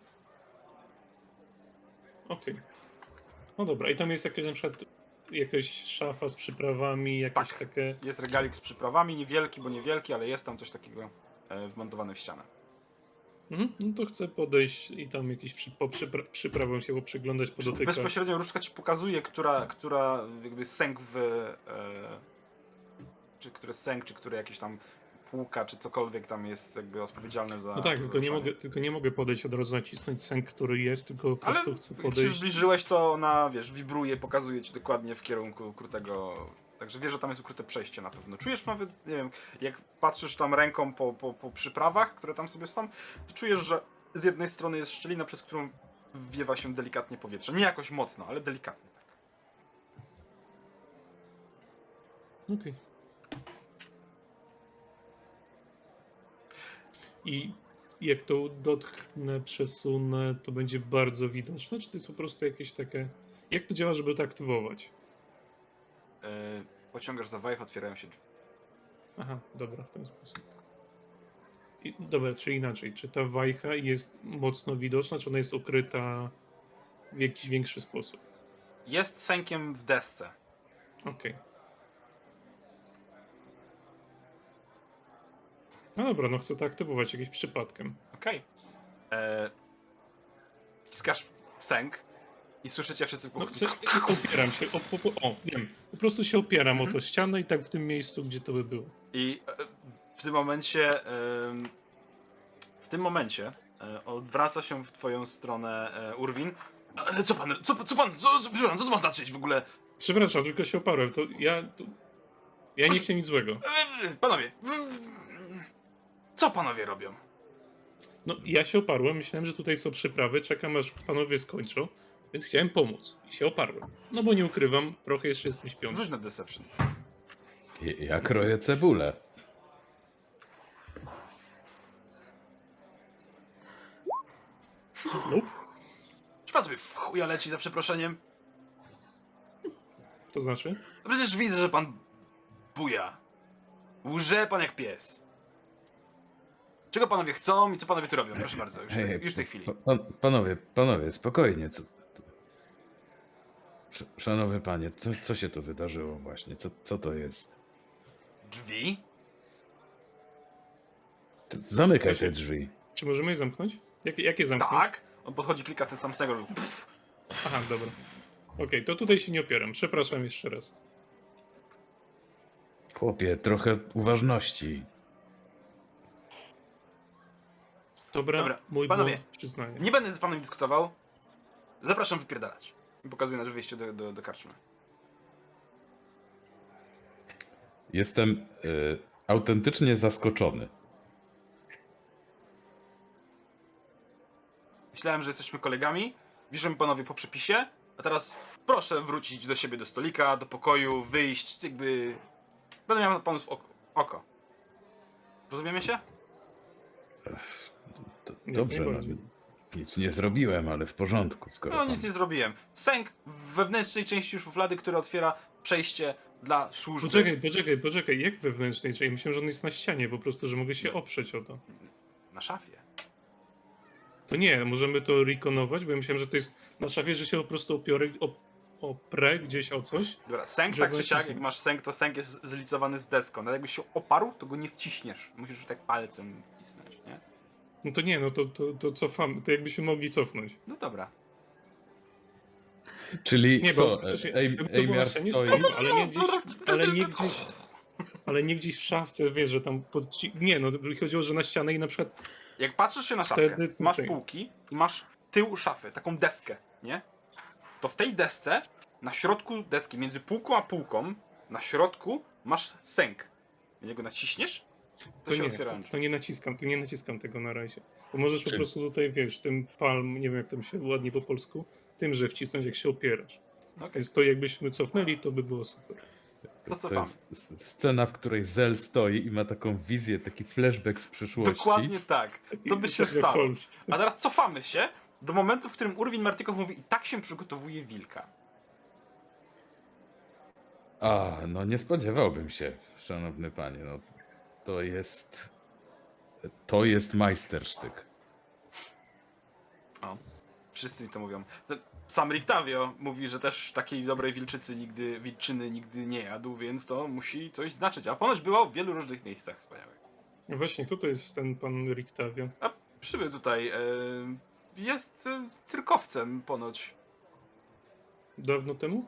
Okej. No dobra, i tam jest jakaś na przykład jakaś szafa z przyprawami, jakieś Tak. takie... Jest regalik z przyprawami, niewielki, bo niewielki, ale jest tam coś takiego e, wmontowane w ścianę. Mhm, no to chcę podejść i tam jakiś przy, po przypra przyprawą się poprzyglądać, podotykać. Bezpośrednio różdżka ci pokazuje, która, która jakby sęk w... E, czy który sęk, czy który jakiś tam półka, czy cokolwiek tam jest jakby odpowiedzialne za... No tak, tylko nie, ruszanie. mogę, tylko nie mogę podejść od razu nacisnąć sęk, który jest, tylko po Ale prostu chcę jak się podejść. zbliżyłeś, to ona, wiesz, wibruje, pokazuje ci dokładnie w kierunku ukrytego... Także wiesz, że tam jest ukryte przejście na pewno. Czujesz nawet, nie wiem, jak patrzysz tam ręką po, po, po przyprawach, które tam sobie są, to czujesz, że z jednej strony jest szczelina, przez którą wiewa się delikatnie powietrze. Nie jakoś mocno, ale delikatnie tak. Okej. I jak to dotknę, przesunę, to będzie bardzo widoczne? Czy to jest po prostu jakieś takie... Jak to działa, żeby to aktywować? Yy, pociągasz za wajch, otwierają się drzwi. Aha, dobra, w ten sposób. I, dobra, czy inaczej, czy ta wajcha jest mocno widoczna, czy ona jest ukryta w jakiś większy sposób? Jest sękiem w desce. Okej. No dobra, no chcę to aktywować jakimś przypadkiem. Okej. Okay. Wciskasz sęk i słyszycie wszyscy... No chcę, opieram się, o, o, o, wiem, po prostu się opieram Mhm. o tą ścianę i tak w tym miejscu, gdzie to by było. I e, w tym momencie, em, w tym momencie e, odwraca się w twoją stronę e, Urwin. Ale co pan, co, co pan, co, co, przepraszam, co to ma znaczyć w ogóle? Przepraszam, tylko się oparłem, to ja... To, ja nie Proszę- chcę nic złego. E, e, Panowie, w, w, co panowie robią? No ja się oparłem, myślałem, że tutaj są przyprawy, czekam aż panowie skończą, więc chciałem pomóc i się oparłem. No bo nie ukrywam, trochę jeszcze jestem śpiący. Rzuć na deception. I- Ja kroję cebulę. Nope. Czy pan sobie w chuja leci za przeproszeniem? To znaczy? No przecież widzę, że pan buja. Łże pan jak pies. Czego panowie chcą i co panowie tu robią? Proszę bardzo, już, Hej, już w tej chwili. pa- pan, panowie, panowie, spokojnie. Co, to... Sz- Szanowny panie, co, co się tu wydarzyło właśnie? Co, co to jest? Drzwi? T- Zamykaj te drzwi. Czy możemy je zamknąć? Jakie, jakie zamknąć? Tak. On podchodzi, klika ten sam symbol. Aha, dobra. Okej, to tutaj się nie opieram. Przepraszam jeszcze raz. Chłopie, trochę uważności. Dobra, Dobra, mój panowie, błąd, przyznaję. Nie będę z panem dyskutował. Zapraszam wypierdalać. I pokazuję na wyjście do, do, do karczmy. Jestem y, autentycznie zaskoczony. Myślałem, że jesteśmy kolegami. Wierzę panowie po przepisie. A teraz proszę wrócić do siebie, do stolika, do pokoju, wyjść, jakby... Będę miał na panów oko. oko. Rozumiemy się? To, Nie, dobrze, nie no, bardzo. nic nie zrobiłem, ale w porządku. Skoro No pan... nic nie zrobiłem. Sęk w wewnętrznej części szuflady, który otwiera przejście dla służby. Poczekaj, poczekaj, poczekaj, jak wewnętrznej? Czyli myślałem, że on jest na ścianie, po prostu, że mogę się oprzeć o to. Na szafie. To nie, możemy to rekonować, bo ja myślałem, że to jest na szafie, że się po prostu opiorę, op, oprę gdzieś o coś. Dobra, sęk Że tak czy właśnie siak, są. jak masz sęk, to sęk jest zlicowany z deską. Nawet jakbyś się oparł, to go nie wciśniesz. Musisz tak palcem wcisnąć, nie? No to nie, no to, to, to cofamy, to jakbyśmy mogli cofnąć. No dobra. Czyli Nie, co, bo przecież Ej- jakby to było na Ejmiar ścianie, stoi? spoko, ale nie gdzieś, ale nie gdzieś, ale nie gdzieś w szafce, wiesz, że tam pod... Nie, no chodziło, że na ścianę i na przykład Jak patrzysz się na szafkę, Wtedy masz tutaj. półki i masz tył szafy, taką deskę, nie? To w tej desce, na środku deski, między półką a półką, na środku masz sęk. Jak go naciśniesz, to, to się nie, otwiera to, ręcznik. to nie naciskam, to nie naciskam tego na razie. Bo możesz po Czym? prostu tutaj, wiesz, tym palm, nie wiem jak tam się ładnie po polsku, tym, że wcisnąć jak się opierasz. Okej. Więc to jakbyśmy cofnęli, to by było super. To To cofamy. jest scena, w której Zel stoi i ma taką wizję, taki flashback z przyszłości. Dokładnie tak. Co by się Tak jak stało? Holmes. A teraz cofamy się do momentu, w którym Urwin Martikow mówi: i tak się przygotowuje wilka. A, no nie spodziewałbym się, szanowny panie. No, to jest... To jest majstersztyk. O, wszyscy mi to mówią. Sam Rictavio mówi, że też takiej dobrej wilczycy nigdy, wilczyny nigdy nie jadł, więc to musi coś znaczyć. A ponoć była w wielu różnych miejscach wspaniałych. No właśnie, kto to jest ten pan Rictavio? A przybył tutaj, e, jest e, cyrkowcem ponoć. Dawno temu?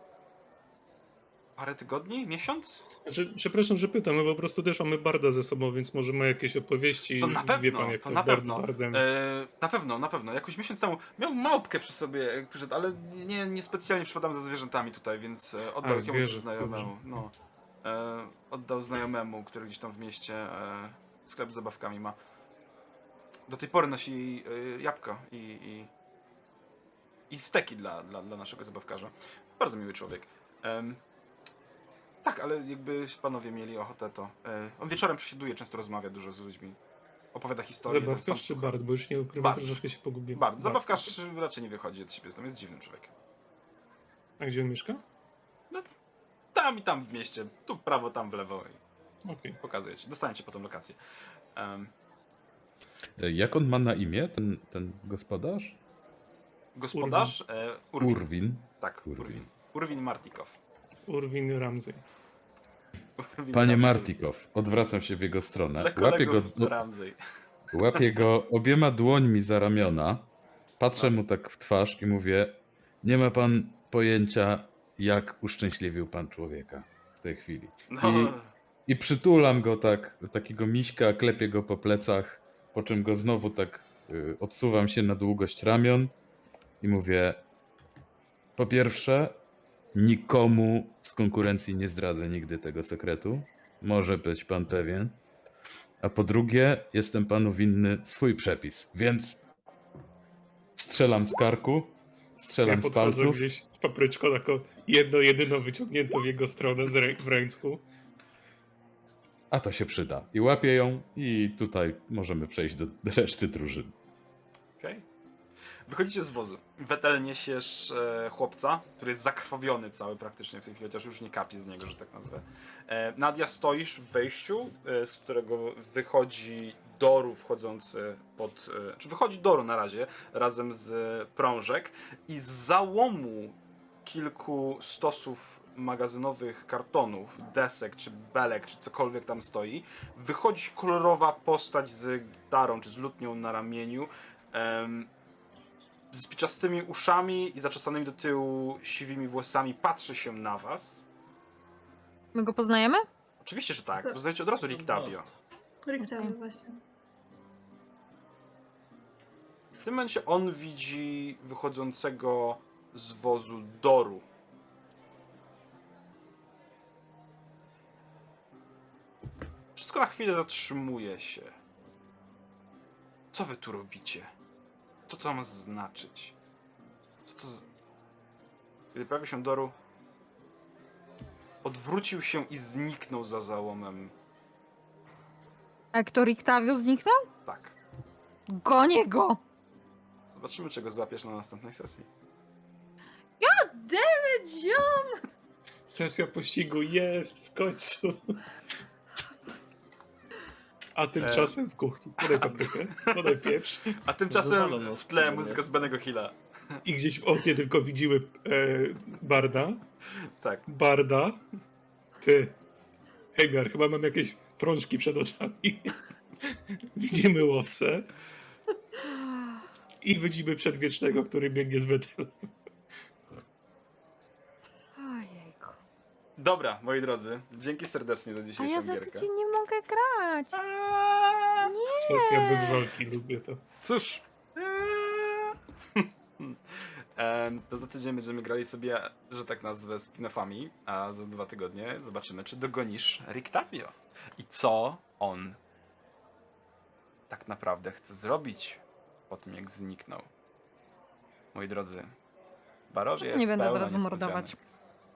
Parę tygodni? Miesiąc? Znaczy, przepraszam, że pytam, my po prostu też mamy barda ze sobą, więc może ma jakieś opowieści. To na pewno, Wie pan, jak to to, na bard pewno. z bardem. E, na pewno, na pewno. Jakoś miesiąc temu miał małpkę przy sobie, jak przyszedł, ale nie, nie specjalnie przypadam za zwierzętami tutaj, więc e, oddał A, jakiemuś zwierzę, znajomemu. No, e, oddał znajomemu, który gdzieś tam w mieście e, sklep z zabawkami ma. Do tej pory nosi e, jabłko i, i, i steki dla, dla, dla naszego zabawkarza. Bardzo miły człowiek. Em, tak, ale jakby panowie mieli ochotę, to e, on wieczorem przesiaduje, często rozmawia dużo z ludźmi. Opowiada historię. ten sam Zabawkarz czy słucha. bard, bo już nie ukrywam, Bard. troszeczkę się pogubiłem. Bard. Zabawkarz raczej nie wychodzi od siebie, tam jest dziwnym człowiekiem. A gdzie on mieszka? Tam i tam w mieście, tu w prawo, tam w lewo i Okej. pokazuję ci. Dostaniecie potem lokację. Um, Jak on ma na imię, ten, ten gospodarz? gospodarz e, Urwin. Urwin. Tak, Urwin. Urwin. Urwin Martikow. Urwin Ramsey. Urwin Panie Ramsey. Martikow, odwracam się w jego stronę. Dla Łapię go, kolegów Ramsey. łapię go obiema dłońmi za ramiona, patrzę mu tak w twarz i mówię: nie ma pan pojęcia, jak uszczęśliwił pan człowieka w tej chwili. No, I, I przytulam go tak, takiego miśka, klepię go po plecach, po czym go znowu tak y, odsuwam się na długość ramion i mówię: po pierwsze, nikomu z konkurencji nie zdradzę nigdy tego sekretu. Może być pan pewien. A po drugie, jestem panu winny swój przepis, więc strzelam z karku, strzelam Ja z podchodzę palców. gdzieś z papryczką, taką jedno, jedyną wyciągnięto w jego stronę z rę- w ręczku. A to się przyda. I łapię ją i tutaj możemy przejść do reszty drużyny. okej. Wychodzicie z wozu. Wetel niesiesz e, chłopca, który jest zakrwawiony cały praktycznie w tej chwili, chociaż już nie kapie z niego, że tak nazwę. E, Nadia, stoisz w wejściu, e, z którego wychodzi Doru wchodzący pod... E, czy wychodzi Doru na razie, razem z prążek i z załomu kilku stosów magazynowych kartonów, desek, czy belek, czy cokolwiek tam stoi, wychodzi kolorowa postać z gitarą, czy z lutnią na ramieniu, em, z spiczastymi uszami i zaczesanymi do tyłu siwymi włosami, patrzy się na was. My go poznajemy? Oczywiście, że tak. Poznajcie od razu Rictavio. Rictavio Okej. właśnie. W tym momencie on widzi wychodzącego z wozu Doru. Wszystko na chwilę zatrzymuje się. Co wy tu robicie? Co to ma znaczyć? Co to z... Kiedy pojawił się Doru, odwrócił się i zniknął za załomem. A jak to Rictavio zniknął? Tak. Gonię go! Zobaczymy, czego złapiesz na następnej sesji. Dammit, ziom! Sesja pościgu jest w końcu. A tymczasem w kuchni. Podaj paprykę, podaj pieprz. A tymczasem Zadowolono w tle z tego, muzyka nie? z Bennego Hilla. I gdzieś w oknie tylko widzimy e, Barda. Tak. Barda. Ty. Egar, chyba mam jakieś prążki przed oczami. Widzimy łowcę. I widzimy przedwiecznego, który biegnie z wetelem. Ojejku. Dobra, moi drodzy, dzięki serdecznie za A dzisiejszą ja za gierkę. tydzień nie mogę grać. Sesja bez walki, lubię to. Cóż. Em, to za tydzień będziemy grali sobie, że tak nazwę, spin-offami, a za dwa tygodnie zobaczymy, czy dogonisz Rictavio. I co on tak naprawdę chce zrobić po tym, jak zniknął. Moi drodzy, Baroży jest Nie będę od pełna razu mordować. niespodzianek.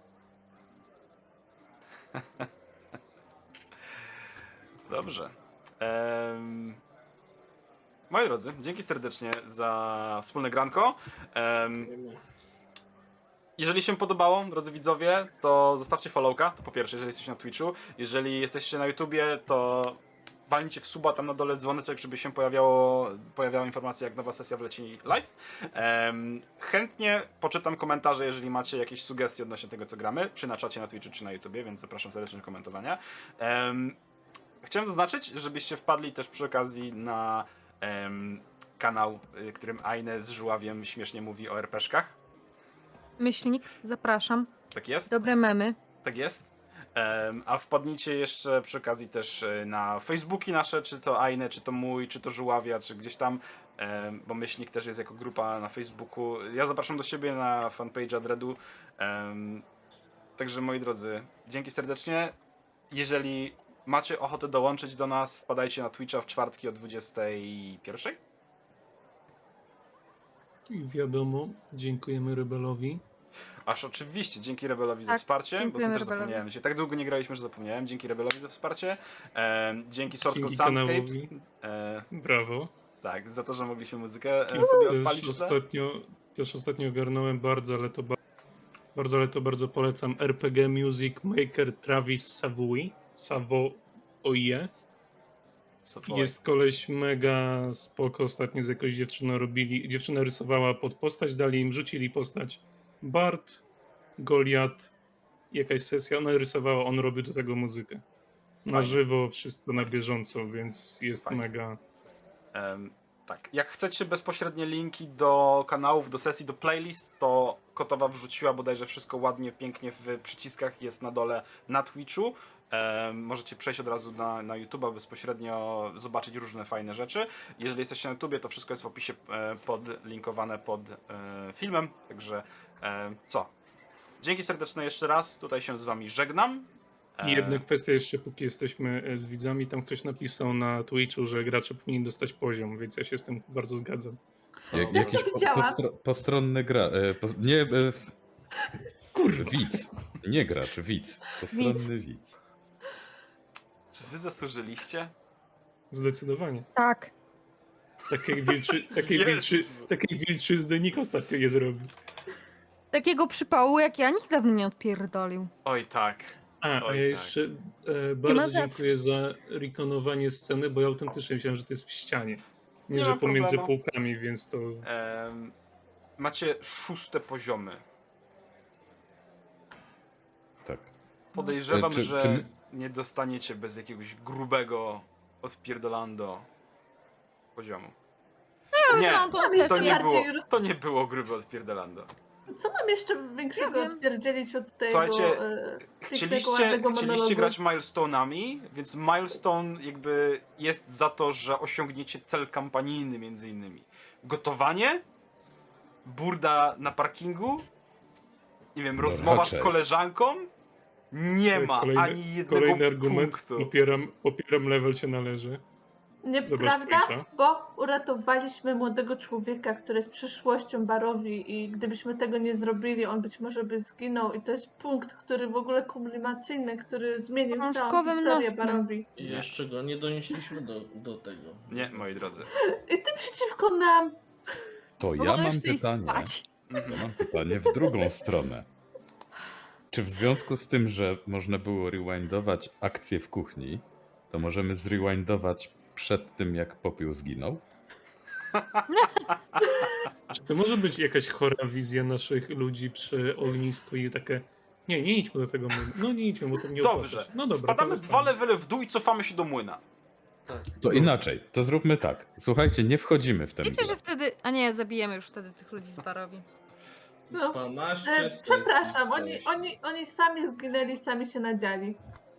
Dobrze. Em, moi drodzy, dzięki serdecznie za wspólne granko. Em, jeżeli się podobało, drodzy widzowie, to zostawcie followka, to po pierwsze, jeżeli jesteście na Twitchu. Jeżeli jesteście na YouTubie, to walnijcie w suba tam na dole dzwoneczek, żeby się pojawiało, pojawiała informacja, jak nowa sesja wleci live. Em, chętnie poczytam komentarze, jeżeli macie jakieś sugestie odnośnie tego, co gramy, czy na czacie na Twitchu, czy na YouTubie, więc zapraszam serdecznie do komentowania. Em, chciałem zaznaczyć, żebyście wpadli też przy okazji na em, kanał, y, którym Aine z Żuławiem śmiesznie mówi o er pe szkach. Myślnik, zapraszam. Tak jest? Dobre memy. Tak jest. Em, a wpadnijcie jeszcze przy okazji też e, na Facebooki nasze, czy to Aine, czy to mój, czy to Żuławia, czy gdzieś tam, em, bo Myślnik też jest jako grupa na Facebooku. Ja zapraszam do siebie na fanpage'a Dreadu. Em, także moi drodzy, dzięki serdecznie. Jeżeli macie ochotę dołączyć do nas, wpadajcie na Twitcha w czwartki o dwudziestej pierwszej. I wiadomo, dziękujemy Rebelowi. Aż oczywiście, dzięki Rebelowi za Tak, wsparcie, bo o tym dziękujemy też Rebelowi. zapomniałem. Dzisiaj tak długo nie graliśmy, że zapomniałem. Dzięki Rebelowi za wsparcie. Em, dzięki Sword Code Dzięki Soundscapes. kanałowi. E, Brawo. tak, za to, że mogliśmy muzykę e, I sobie też odpalić. w tle. ostatnio, też ostatnio ogarnąłem bardzo, ale to ba- bardzo, ale to bardzo polecam er pe gie Music Maker Travis Savoy. Savoye. Savoy. Jest koleś mega spoko. Ostatnio z jakąś dziewczyną robili. Dziewczyna rysowała pod postać, dali im, rzucili postać Bart, Goliat, jakaś sesja. Ona rysowała, on robił do tego muzykę. Na Fajnie. żywo, wszystko na bieżąco, więc jest Fajnie. mega. Em, tak, jak chcecie bezpośrednie linki do kanałów, do sesji, do playlist, to Kotowa wrzuciła bodajże wszystko ładnie, pięknie w przyciskach, jest na dole na Twitchu. Em, możecie przejść od razu na, na YouTube'a bezpośrednio, zobaczyć różne fajne rzeczy. Jeżeli jesteście na YouTubie, to wszystko jest w opisie e, podlinkowane pod e, filmem. Także e, co? Dzięki serdeczne jeszcze raz. Tutaj się z wami żegnam. E, I jedna kwestia jeszcze, póki jesteśmy e, z widzami, tam ktoś napisał na Twitchu, że gracze powinni dostać poziom, więc ja się z tym bardzo zgadzam. Jak, to jakiś po, widziałam. postro, postronny gra. E, po, nie. E, Kurwa. Widz. Nie gracz, widz. Postronny widz. Czy wy zasłużyliście? Zdecydowanie. Tak. Takiej, wilczy, takiej, Jezu. wilczy, takiej wilczyzny nikt ostatnio nie zrobił. Takiego przypału jak ja nikt dawno nie odpierdolił. Oj tak. A, a Oj, ja tak. jeszcze e, ma bardzo za co. dziękuję za rekonowanie sceny, bo ja autentycznie myślałem, że to jest w ścianie. Nie, Nie że ma pomiędzy problemu. półkami, więc to... Em, macie szóste poziomy. Tak. Podejrzewam, E, czy- że czy my- nie dostaniecie bez jakiegoś grubego odpierdolando poziomu. Ja Nie, całą tą Tam jest To sesję. nie, bardziej było, roz- to nie było grube odpierdolando. Co mam jeszcze większego Ja wiem. odpierdzielić od tego Słuchajcie, e, pięknego, Chcieliście, ładnego chcieliście monologu? grać milestone'ami, więc milestone jakby jest za to, że osiągniecie cel kampanijny między innymi. Gotowanie, burda na parkingu, nie wiem, No rozmowa raczej. z koleżanką, nie ma Kolejny- ani jednego Kolejny argument, punktu. popieram, popieram level się należy. Nieprawda, Twitcha. bo uratowaliśmy młodego człowieka, który jest przyszłością barowi i gdybyśmy tego nie zrobili, on być może by zginął i to jest punkt, który w ogóle kumulacyjny, który zmienił całą Krążkowym historię nosnym. barowi. I jeszcze go nie donieśliśmy do, do tego. Nie, moi drodzy. I ty przeciwko nam! To ja Wolę mam już iść pytanie. spać. Mhm. Ja mam pytanie w drugą stronę. Czy w związku z tym, że można było rewindować akcję w kuchni, to możemy zrewindować przed tym, jak popiół zginął? Czy to może być jakaś chora wizja naszych ludzi przy ognisku i takie... Nie, nie idźmy do tego młynu. No nie idźmy, bo to nie Dobrze, opłaca się. No dobra, spadamy to dwa zostanie. levele w dół i cofamy się do młyna. To inaczej, to zróbmy tak. Słuchajcie, nie wchodzimy w ten Wiecie, że grę. wtedy... A nie, zabijemy już wtedy tych ludzi z barowi. No. dwanaście E, sesji przepraszam, oni, też. oni, oni sami zginęli, sami się nadziali.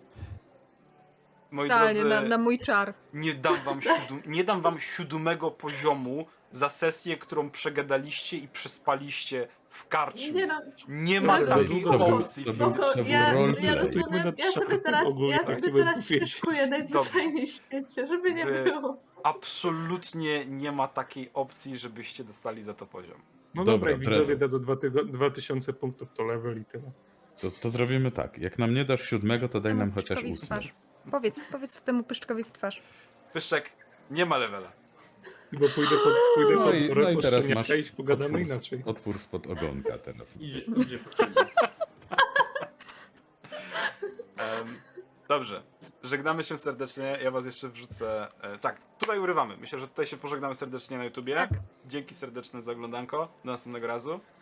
Moi Totalnie, drodzy, na, na mój czar. nie dam wam, siódm, nie dam wam siódmego poziomu za sesję, którą przegadaliście i przespaliście w karczmie. Nie no, Nie ma Ale to takiej był- opcji. to był- spoko, to był ja, roleplay. ja Pracujmy rozumiem, nad ja sobie szafem teraz, ogólnie, ja tak sobie nie teraz będę wiedzieć. świadkuję najzwyczajniej w świecie, żeby nie Wy- było. Absolutnie nie ma takiej opcji, żebyście dostali za to poziom. No Dobra, dobra, jak widzowie Dredu. dadzą dwa tygo- dwa tysiące punktów, to level i tyle. To, to zrobimy tak. Jak nam nie dasz siódmego, to daj Temu nam chociaż pyszczkowi w ósmy. twarz. Powiedz, powiedz to temu pyszczkowi w twarz. Pyszczek, nie ma levela. Bo pójdę pod, pójdę No pod i, porę no i teraz poszczeniaka masz i pogadamy otwór, inaczej. otwór spod ogonka teraz. Idzie, idzie po ciebie. Em, dobrze. Żegnamy się serdecznie. Ja was jeszcze wrzucę. E, tak, tutaj urywamy. Myślę, że tutaj się pożegnamy serdecznie na YouTubie. Tak. Dzięki serdeczne za oglądanko. Do następnego razu.